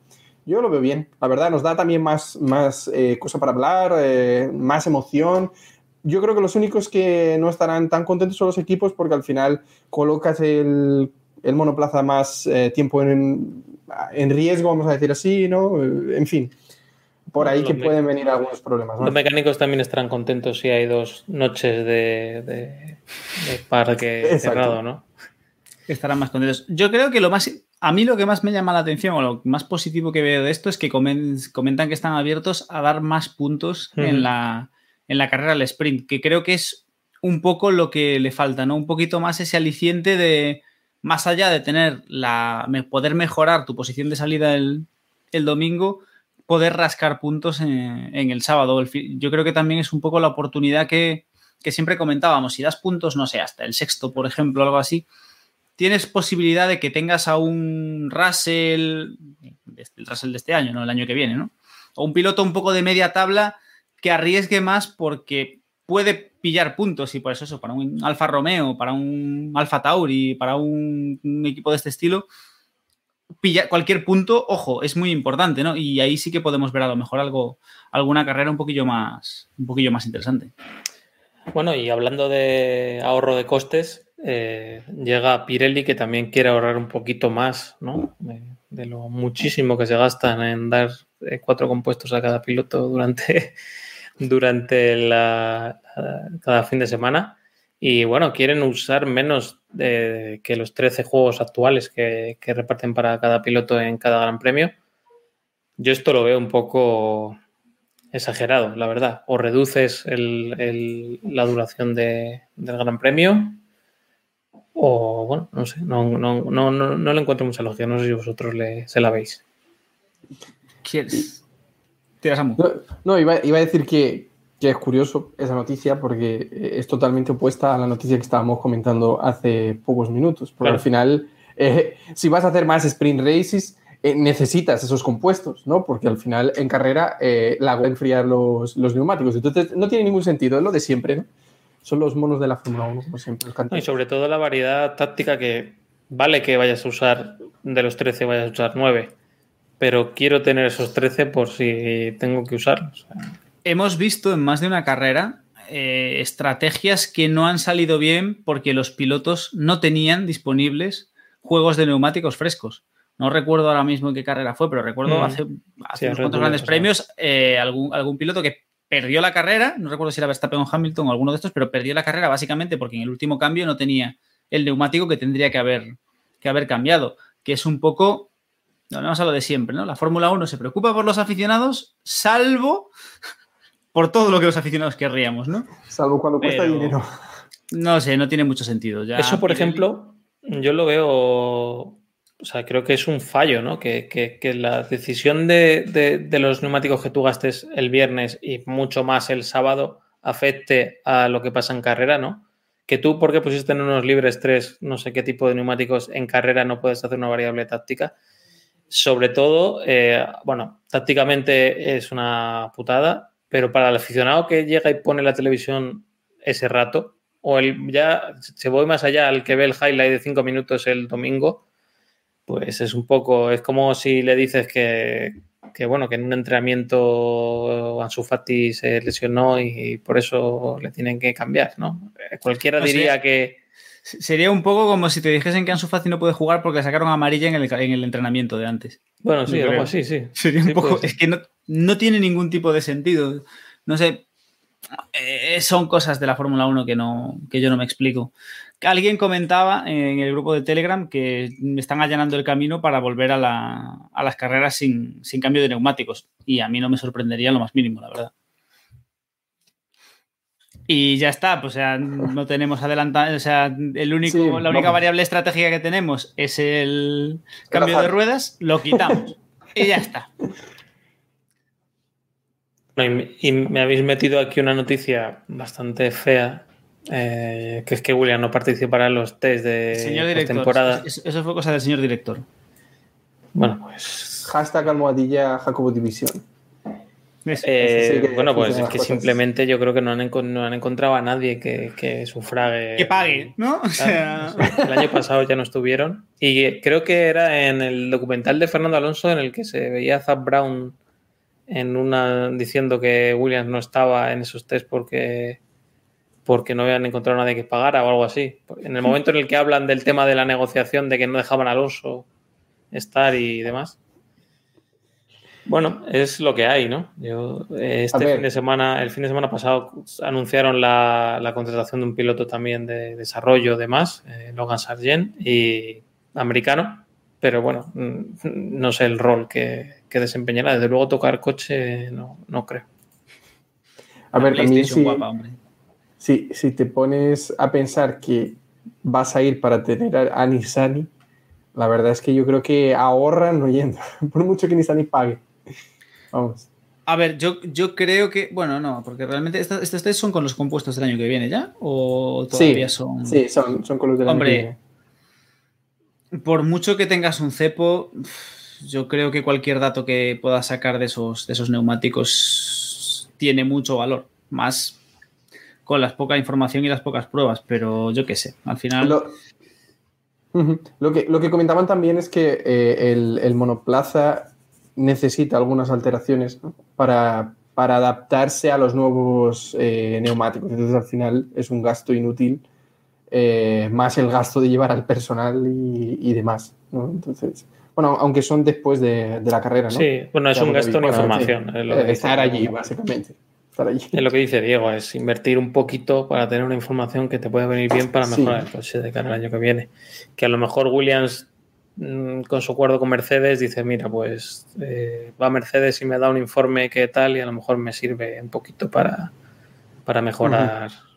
yo lo veo bien. La verdad, nos da también más, más eh, cosa para hablar, eh, más emoción. Yo creo que los únicos que no estarán tan contentos son los equipos porque al final colocas el, el monoplaza más eh, tiempo en, en riesgo, vamos a decir así, ¿no? En fin, por ahí los que me- pueden venir algunos problemas, ¿no? Los mecánicos también estarán contentos si hay dos noches de, de, de parque Exacto. cerrado, ¿no? Estarán más contentos. Yo creo que lo más... A mí lo que más me llama la atención o lo más positivo que veo de esto es que comen- comentan que están abiertos a dar más puntos Ujú. en, la, en la carrera al sprint, que creo que es un poco lo que le falta, ¿no? Un poquito más ese aliciente de, más allá de tener la... me- poder mejorar tu posición de salida el, el domingo, poder rascar puntos en, en el sábado. El fi- Yo creo que también es un poco la oportunidad que, que siempre comentábamos. Si das puntos, no sé, hasta el sexto, por ejemplo, algo así, tienes posibilidad de que tengas a un Russell, el Russell de este año, no el año que viene, ¿no? O un piloto un poco de media tabla que arriesgue más porque puede pillar puntos y por eso eso, para un Alfa Romeo, para un Alfa Tauri, para un, un equipo de este estilo, pilla cualquier punto, ojo, es muy importante, ¿no? Y ahí sí que podemos ver a lo mejor algo, alguna carrera un poquillo más, un poquillo más interesante. Bueno, y hablando de ahorro de costes, eh, llega Pirelli que también quiere ahorrar un poquito más, ¿no? De, de lo muchísimo que se gastan en dar eh, cuatro compuestos a cada piloto durante, durante la, la- cada fin de semana. Y bueno, quieren usar menos de, que los trece juegos actuales que, que reparten para cada piloto en cada Gran Premio. Yo esto lo veo un poco exagerado, la verdad. O reduces el, el, la duración de, del Gran Premio, o bueno, no sé, no, no, no, no, no le encuentro mucha lógica. No sé si vosotros le, se la veis. ¿Quieres? Tira, Samu. No, no, iba, iba a decir que, que es curioso esa noticia porque es totalmente opuesta a la noticia que estábamos comentando hace pocos minutos. Porque Claro. al final, eh, si vas a hacer más sprint races, eh, necesitas esos compuestos, ¿no? Porque al final, en carrera, eh, la agua enfriar los, los neumáticos. Entonces, no tiene ningún sentido, es lo de siempre, ¿no? Son los monos de la Fórmula uno, como siempre. los No, y cantantes. sobre todo la variedad táctica que vale que vayas a usar de los trece, vayas a usar nueve, pero quiero tener esos trece por si tengo que usarlos. Hemos visto en más de una carrera eh, estrategias que no han salido bien porque los pilotos no tenían disponibles juegos de neumáticos frescos. No recuerdo ahora mismo en qué carrera fue, pero recuerdo Mm. hace, hace Sí, unos Red cuantos Bull grandes pasado. premios eh, algún, algún piloto que perdió la carrera, no recuerdo si era Verstappen o Hamilton o alguno de estos, pero perdió la carrera básicamente porque en el último cambio no tenía el neumático que tendría que haber, que haber cambiado, que es un poco... No, no vamos a lo de siempre, ¿no? La Fórmula uno se preocupa por los aficionados, salvo por todo lo que los aficionados querríamos, ¿no? Salvo cuando cuesta Pero- dinero. No sé, no tiene mucho sentido. Ya Eso, por Pirelli- ejemplo, yo lo veo, o sea, creo que es un fallo, ¿no? Que, que- que la decisión de, de- de los neumáticos que tú gastes el viernes y mucho más el sábado afecte a lo que pasa en carrera, ¿no? Que tú, porque pusiste en unos libres tres, no sé qué tipo de neumáticos en carrera, no puedes hacer una variable táctica. Sobre todo, eh, bueno, tácticamente es una putada, pero para el aficionado que llega y pone la televisión ese rato, o el ya se voy más allá, al que ve el highlight de cinco minutos el domingo, pues es un poco, es como si le dices que, que bueno, que en un entrenamiento Ansu Fati se lesionó y, y por eso le tienen que cambiar, ¿no? Cualquiera No sé. diría que Sería un poco como si te dijesen que Ansu Fati no puede jugar porque le sacaron amarilla en el, en el entrenamiento de antes. bueno, sí, Yo algo creo. así, sí. Sería un Sí, poco... puede ser. Es que no, no tiene ningún tipo de sentido. No sé... eh, son cosas de la Fórmula uno que, no, que yo no me explico. Alguien comentaba en el grupo de Telegram que están allanando el camino para volver a, la, a las carreras sin, sin cambio de neumáticos. Y a mí no me sorprendería lo más mínimo, la verdad. Y ya está, pues, o sea, no tenemos adelantado, o sea, el único, Sí, la única vamos. variable estratégica que tenemos es el cambio azar. de ruedas, lo quitamos y ya está. Bueno, y, y me habéis metido aquí una noticia bastante fea, eh, que es que Williams no participará en los test de Señor director, temporada. eso, eso fue cosa del señor director. Bueno, pues Hashtag almohadilla Jacobo División. Eh, sí que bueno, pues es funcionan que las cosas. simplemente yo creo que no han, encon- no han encontrado a nadie que, que sufrague. Que pague, ¿no? O sea... El año pasado ya no estuvieron. Y creo que era en el documental de Fernando Alonso en el que se veía a Zak Brown en una diciendo que Williams no estaba en esos test porque, porque no habían encontrado a nadie que pagara o algo así. En el momento en el que hablan del tema de la negociación, de que no dejaban a Alonso estar y demás. Bueno, es lo que hay, ¿no? Yo, este fin de semana, el fin de semana pasado anunciaron la, la contratación de un piloto también de desarrollo, demás, eh, Logan Sargent, y americano, pero bueno, no sé el rol que, que desempeñará. Desde luego tocar coche no, no creo. A ver, también si, guapa, hombre. Si, si te pones a pensar que vas a ir para tener a, a Nissany, la verdad es que yo creo que ahorran no yendo, por mucho que Nissany pague. Vamos. A ver, yo, yo creo que... Bueno, no, porque realmente estos, estos test son con los compuestos del año que viene ya, ¿o todavía sí, son...? Sí, son, son con los del Hombre, año que viene. Por mucho que tengas un cepo, yo creo que cualquier dato que puedas sacar de esos, de esos neumáticos tiene mucho valor, más con la poca información y las pocas pruebas, pero yo qué sé, al final... Lo, uh-huh. lo, que, lo que comentaban también es que eh, el, el monoplaza necesita algunas alteraciones, ¿no? para, para adaptarse a los nuevos eh, neumáticos. Entonces, al final, es un gasto inútil, eh, más el gasto de llevar al personal y, y demás, ¿no? Entonces, bueno, aunque son después de, de la carrera, ¿no? Sí, bueno, es ya un gasto en bueno, información. sí, Es lo que estar dice, allí, básicamente. Estar allí. Es lo que dice Diego, es invertir un poquito para tener una información que te puede venir bien para mejorar sí. el coche de cara al año que viene. Que a lo mejor Williams, con su acuerdo con Mercedes, dice, mira, pues eh, va Mercedes y me da un informe que tal y a lo mejor me sirve un poquito para, para mejorar uh-huh.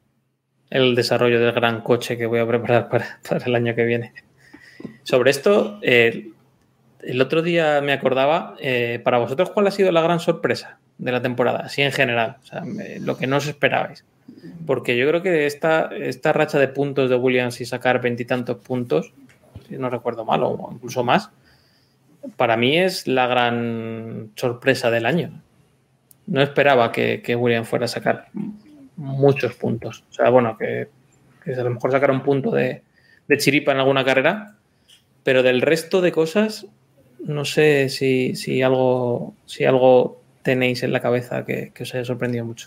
el desarrollo del gran coche que voy a preparar para, para el año que viene. Sobre esto, eh, el otro día me acordaba, eh, para vosotros, ¿cuál ha sido la gran sorpresa de la temporada? Así en general, o sea, me, lo que no os esperabais. Porque yo creo que esta, esta racha de puntos de Williams y sacar veintitantos puntos, si no recuerdo mal, o incluso más, para mí es la gran sorpresa del año. No esperaba que, que Williams fuera a sacar muchos puntos. O sea, bueno, que, que a lo mejor sacara un punto de, de chiripa en alguna carrera, pero del resto de cosas, no sé si, si, algo, si algo tenéis en la cabeza que, que os haya sorprendido mucho.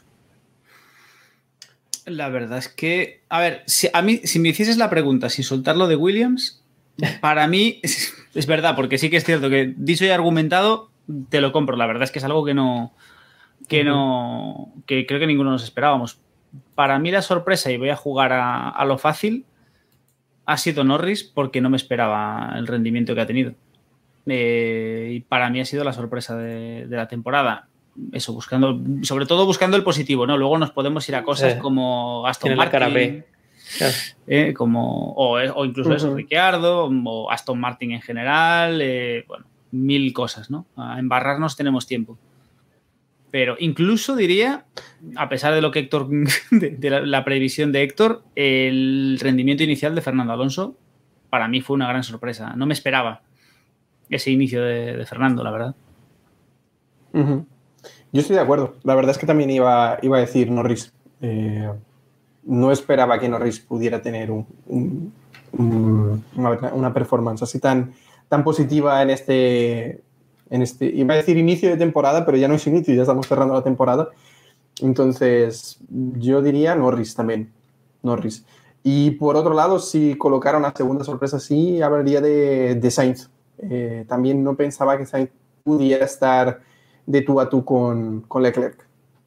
La verdad es que, a ver, si, a mí, si me hicieses la pregunta sin soltarlo de Williams, para mí es, es verdad, porque sí que es cierto que dicho y argumentado, te lo compro. La verdad es que es algo que no, que no, que creo que ninguno nos esperábamos. Para mí la sorpresa, y voy a jugar a, a lo fácil, ha sido Norris, porque no me esperaba el rendimiento que ha tenido. Eh, y para mí ha sido la sorpresa de, de la temporada. Eso, buscando, sobre todo buscando el positivo, ¿no? Luego nos podemos ir a cosas sí. como Aston Martin, claro. eh, como, o, o incluso uh-huh. eso, Ricciardo, o Aston Martin en general, eh, bueno, mil cosas, ¿no? A embarrarnos tenemos tiempo. Pero incluso diría, a pesar de lo que Héctor, de, de la, la previsión de Héctor, el rendimiento inicial de Fernando Alonso para mí fue una gran sorpresa. No me esperaba ese inicio de, de Fernando, la verdad. Uh-huh. Yo estoy de acuerdo. La verdad es que también iba, iba a decir Norris. Eh, no esperaba que Norris pudiera tener un, un, un, una, una performance así tan, tan positiva en este, en este... Iba a decir inicio de temporada, pero ya no es inicio, ya estamos cerrando la temporada. Entonces, yo diría Norris también. Norris. Y por otro lado, si colocara una segunda sorpresa así, hablaría de, de Sainz. Eh, también no pensaba que Sainz pudiera estar de tú a tú con, con Leclerc.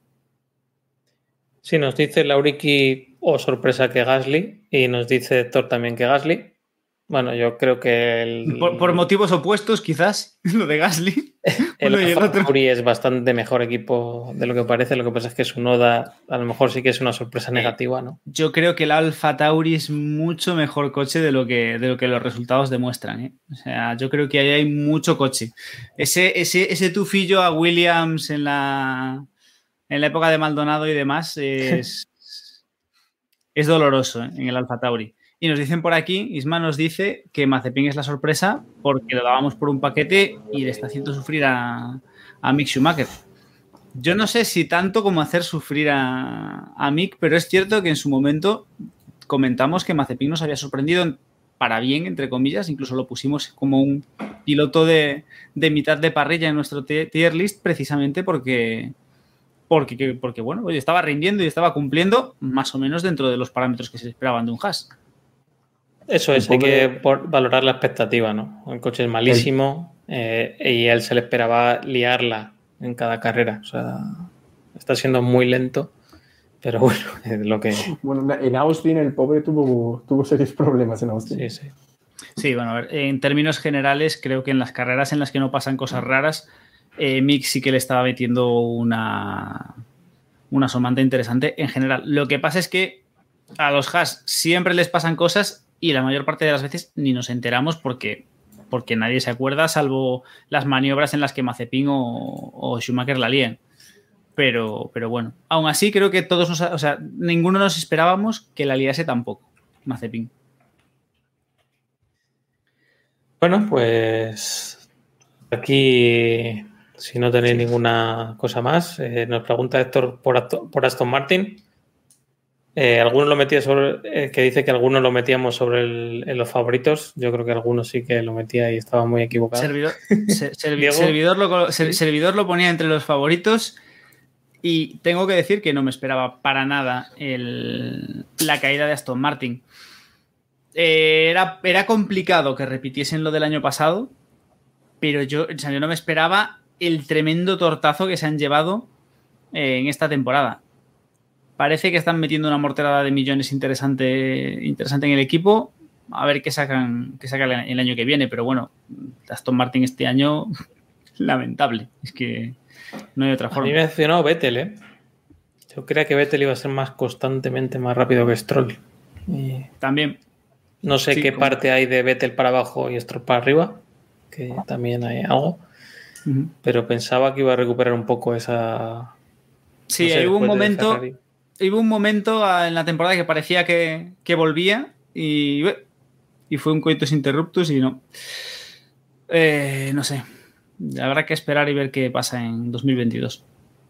Sí, nos dice Lauriki, o oh, sorpresa, que Gasly, y nos dice Héctor también que Gasly. Bueno, yo creo que el... Por, por motivos opuestos, quizás, lo de Gasly. El Alfa Tauri es bastante mejor equipo de lo que parece, lo que pasa es que su Noda a lo mejor sí que es una sorpresa negativa, ¿no? Yo creo que el Alfa Tauri es mucho mejor coche de lo que, de lo que los resultados demuestran, ¿eh? O sea, yo creo que ahí hay mucho coche. Ese, ese, ese tufillo a Williams en la, en la época de Maldonado y demás es, es doloroso, ¿eh? En el Alfa Tauri. Y nos dicen por aquí, Isma nos dice que Mazepin es la sorpresa porque lo dábamos por un paquete y le está haciendo sufrir a, a Mick Schumacher. Yo no sé si tanto como hacer sufrir a, a Mick, pero es cierto que en su momento comentamos que Mazepin nos había sorprendido para bien, entre comillas, incluso lo pusimos como un piloto de, de mitad de parrilla en nuestro tier list precisamente porque, porque, porque bueno, oye, estaba rindiendo y estaba cumpliendo más o menos dentro de los parámetros que se esperaban de un Haas. Eso es, hay que por valorar la expectativa, ¿no? El coche es malísimo eh, y él se le esperaba liarla en cada carrera. O sea, está siendo muy lento, pero bueno, es lo que... Bueno, en Austin el pobre tuvo, tuvo serios problemas en Austin. Sí, sí. Sí, bueno, a ver, en términos generales, creo que en las carreras en las que no pasan cosas raras, eh, Mick sí que le estaba metiendo una, una somanta interesante en general. Lo que pasa es que a los Haas siempre les pasan cosas y la mayor parte de las veces ni nos enteramos porque, porque nadie se acuerda, salvo las maniobras en las que Mazepin o, o Schumacher la lían. Pero, pero bueno, aún así creo que todos nos, o sea, ninguno nos esperábamos que la liase tampoco, Mazepin. Bueno, pues aquí, si no tenéis sí. ninguna cosa más, eh, nos pregunta Héctor por, Aston, por Aston Martin. Eh, algunos lo metía sobre, eh, que dice que algunos lo metíamos sobre el, en los favoritos. Yo creo que algunos sí que lo metía y estaba muy equivocado. Servidor, ser, servi, servidor, lo, ser, servidor lo ponía entre los favoritos y tengo que decir que no me esperaba para nada el, la caída de Aston Martin. Eh, era, era complicado que repitiesen lo del año pasado, pero yo, o sea, yo no me esperaba el tremendo tortazo que se han llevado eh, en esta temporada. Parece que están metiendo una morterada de millones interesante, interesante en el equipo. A ver qué sacan, qué sacan el año que viene, pero bueno, Aston Martin este año lamentable. Es que no hay otra forma. A mí me ha mencionado Vettel, ¿eh? Yo creía que Vettel iba a ser más constantemente más rápido que Stroll. Y... También. No sé sí, qué como... parte hay de Vettel para abajo y Stroll para arriba, que también hay algo, uh-huh. pero pensaba que iba a recuperar un poco esa... Sí, no sé, hubo un momento hubo un momento en la temporada que parecía que, que volvía y, y fue un coitus interruptus y no. Eh, no sé, habrá que esperar y ver qué pasa en dos mil veintidós.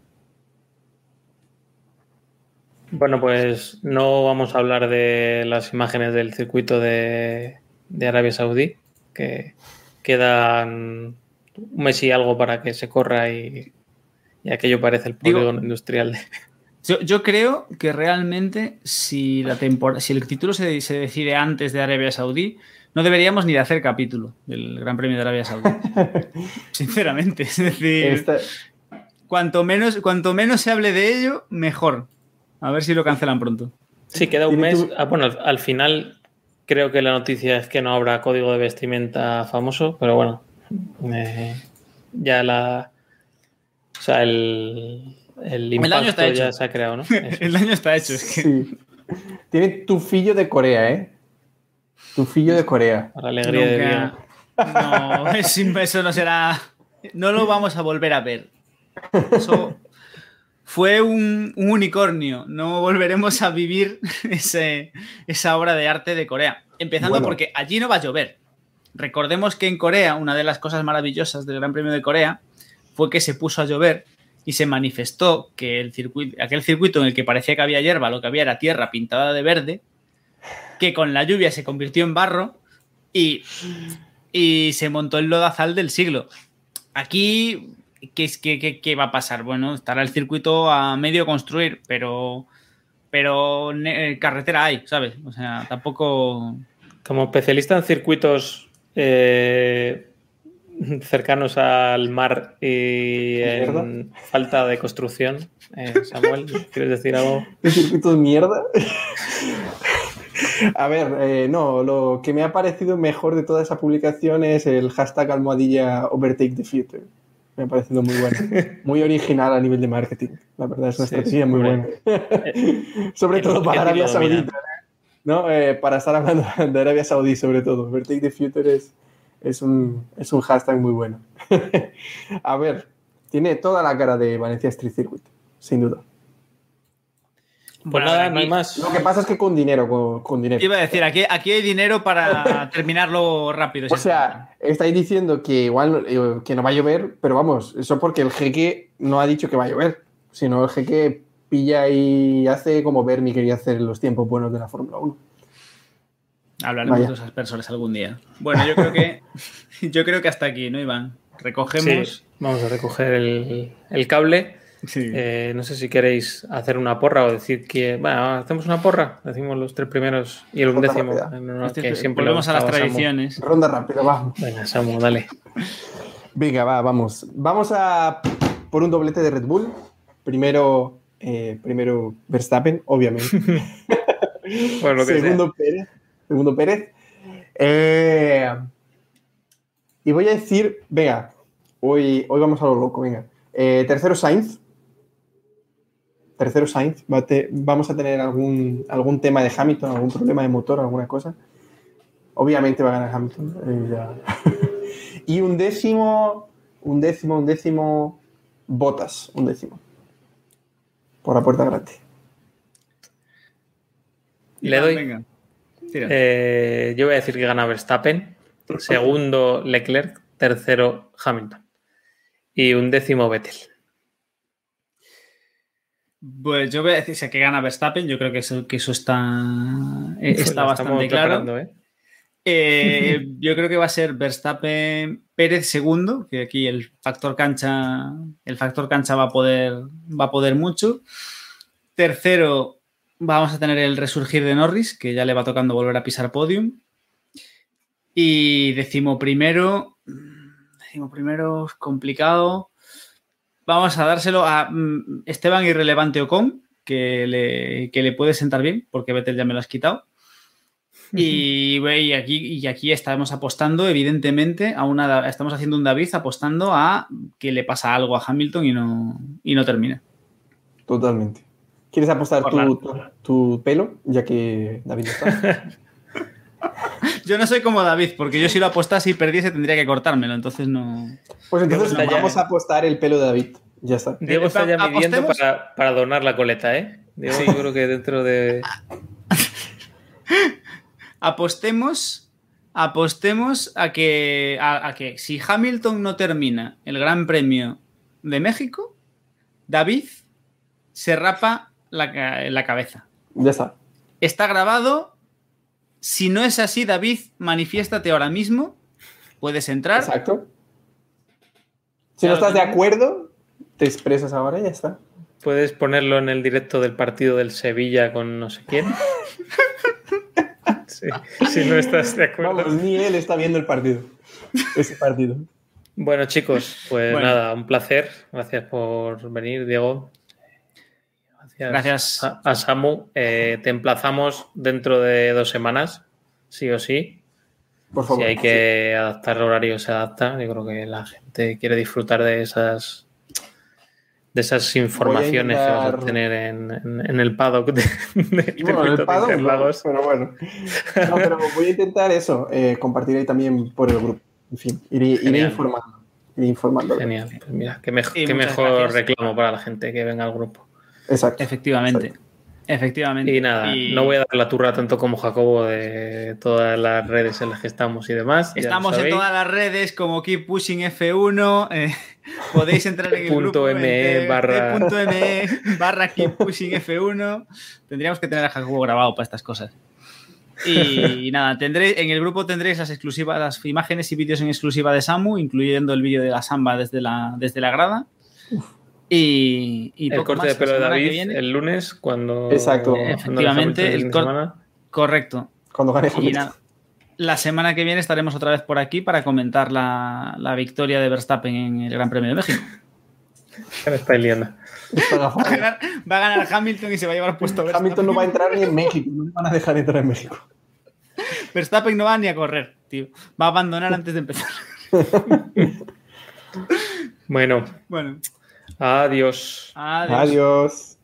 Bueno, pues no vamos a hablar de las imágenes del circuito de, de Arabia Saudí, que quedan un mes y algo para que se corra y, y aquello parece el polígono Digo, industrial. Yo, yo creo que realmente si, la tempor- si el título se, se decide antes de Arabia Saudí, no deberíamos ni de hacer capítulo del Gran Premio de Arabia Saudí. Sinceramente, es decir, Esta... cuanto menos, cuanto menos se hable de ello, mejor. A ver si lo cancelan pronto. Sí, queda un mes. Ah, bueno, al, al final creo que la noticia es que no habrá código de vestimenta famoso, pero bueno, eh, ya la... O sea, el, el impacto el año está ya hecho. se ha creado, ¿no? El año está hecho. Es que... sí. Tiene tufillo de Corea, ¿eh? Tufillo de Corea. Para la alegría de Dios. No, eso no será... No lo vamos a volver a ver. Eso... Fue un, un unicornio. No volveremos a vivir ese, esa obra de arte de Corea. Empezando bueno. porque allí no va a llover. Recordemos que en Corea, una de las cosas maravillosas del Gran Premio de Corea fue que se puso a llover y se manifestó que el circuito, aquel circuito en el que parecía que había hierba, lo que había era tierra pintada de verde, que con la lluvia se convirtió en barro y, y se montó el lodazal del siglo. Aquí... ¿Qué, qué, ¿Qué va a pasar? Bueno, estará el circuito a medio construir, pero, pero carretera hay, ¿sabes? O sea, tampoco... Como especialista en circuitos eh, cercanos al mar y en ¿Mierda? Falta de construcción, eh, Samuel, ¿quieres decir algo? ¿Qué circuitos mierda? A ver, eh, no, lo que me ha parecido mejor de toda esa publicación es el hashtag almohadilla Overtake the Future. Me ha parecido muy bueno. Muy original a nivel de marketing. La verdad es una sí, estrategia sí, muy buena. Eh, sobre todo para Arabia Saudita. ¿No? Eh, para estar hablando de Arabia Saudí, sobre todo. Overtake the Future es, es, un, es un hashtag muy bueno. A ver, tiene toda la cara de Valencia Street Circuit, sin duda. Pues Bueno, nada, aquí- no hay más. Lo que pasa es que con dinero, con, con dinero. Iba a decir, aquí, aquí hay dinero para terminarlo rápido. O sea, estáis diciendo que igual eh, que no va a llover, pero vamos, eso porque el jeque no ha dicho que va a llover, sino el jeque pilla y hace como Bernie quería hacer en los tiempos buenos de la Fórmula uno. Hablaremos Vaya. de esas personas algún día. Bueno, yo creo que yo creo que hasta aquí, ¿no, Iván? Recogemos. Sí, vamos a recoger el, el cable. Sí. Eh, no sé si queréis hacer una porra o decir que. Bueno, hacemos una porra. Decimos los tres primeros y el Ronda undécimo. rápida. en honor Este- que siempre le volvemos a las gustaba a Samu. tradiciones. Ronda rápida, vamos. Venga, Samu, dale. Venga, va, vamos. Vamos a por un doblete de Red Bull. Primero, eh, primero Verstappen, obviamente. Pues lo que Segundo Pérez. Segundo Pérez. Eh, y voy a decir, venga, hoy, hoy vamos a lo loco, venga. Eh, tercero Sainz. Tercero Sainz. Va a te- vamos a tener algún, algún tema de Hamilton, algún problema de motor, alguna cosa. Obviamente va a ganar Hamilton. eh, ya. Y un décimo, un décimo, un décimo, Bottas, un décimo. Por la puerta grande. Le Iván, doy. Venga. Tira. Eh, yo voy a decir que gana Verstappen. Segundo, Leclerc. Tercero, Hamilton. Y un décimo, Vettel. Pues yo voy a decir si que gana Verstappen. Yo creo que eso, que eso está, eh, Pues está la bastante estamos claro. preparando, ¿eh? Eh, yo creo que va a ser Verstappen Pérez segundo, que aquí el factor cancha, el factor cancha va a poder, va a poder mucho. Tercero, vamos a tener el resurgir de Norris, que ya le va tocando volver a pisar podium. Y decimo primero, decimo primero es complicado. Vamos a dárselo a mm, Esteban Irrelevante Ocon, que le, que le puede sentar bien, porque Vettel ya me lo has quitado. Y, y, aquí, y aquí estamos apostando, evidentemente, a una. Estamos haciendo un David apostando a que le pasa algo a Hamilton y no, y no termina. Totalmente. ¿Quieres apostar Por tu, la- tu, tu pelo? Ya que David no está. Yo no soy como David, porque yo si lo apostase y perdiese tendría que cortármelo, entonces no. Pues entonces Diego está vamos ya- a apostar el pelo de David. Ya está. Diego está ya Apostemos- midiendo para, para donar la coleta, ¿eh? Diego, yo creo que dentro de. Apostemos, apostemos a que, a, a que si Hamilton no termina el Gran Premio de México, David se rapa la, ca- la cabeza. Ya está. Está grabado. Si no es así, David, manifiéstate ahora mismo. Puedes entrar. Exacto. Si Ya no lo estás de tenemos. acuerdo, te expresas ahora y ya está. Puedes ponerlo en el directo del partido del Sevilla con no sé quién. Sí, si no estás de acuerdo. Vamos, ni él está viendo el partido. Ese partido. Bueno, chicos, pues Bueno. nada, un placer. Gracias por venir, Diego. Gracias, Gracias. A, a Samu. Eh, te emplazamos dentro de dos semanas, sí o sí. Por favor. Si hay que adaptar el horario, se adapta. Yo creo que la gente quiere disfrutar de esas de esas informaciones que vas a intentar- tener en, en- en el paddock de, de Y bueno, en circuito el de paddock, no, Interlagos. pero bueno. No, pero voy a intentar eso, eh, compartir ahí también por el grupo. En fin, iré, iré Genial. informando. Iré informando. Genial. Pues mira, qué, mej- Y qué muchas mejor gracias. reclamo para la gente que venga al grupo. Exacto. Efectivamente. Exacto. Efectivamente. Y nada, Y no voy a dar la turra tanto como Jacobo de todas las redes en las que estamos y demás. ya lo Estamos en sabéis. todas las redes como Keep Pushing F uno. eh, podéis entrar en el Punto grupo me en barra- t.me barra Keep Pushing F uno. Tendríamos que tener a Jacobo grabado para estas cosas. Y, y nada, tendréis, en el grupo tendréis las exclusivas, las imágenes y vídeos en exclusiva de Samu, incluyendo el vídeo de la samba desde la, desde la grada. Y, y El poco corte más. de pelo La de semana que David viene- el lunes cuando. Exacto. cuando Efectivamente, dejamos el el fin de cor- semana. Correcto. Cuando gane Y Hamilton. nada, la semana que viene estaremos otra vez por aquí para comentar la, la victoria de Verstappen en el Gran Premio de México. Ya me estáis liando. Está Va a, agafado. ganar, va a ganar Hamilton y se va a llevar puesto Verstappen. Hamilton no va a entrar ni en México. No le van a dejar entrar en México. Verstappen no va ni a correr, tío. Va a abandonar antes de empezar. Bueno, Bueno, adiós. adiós. Adiós.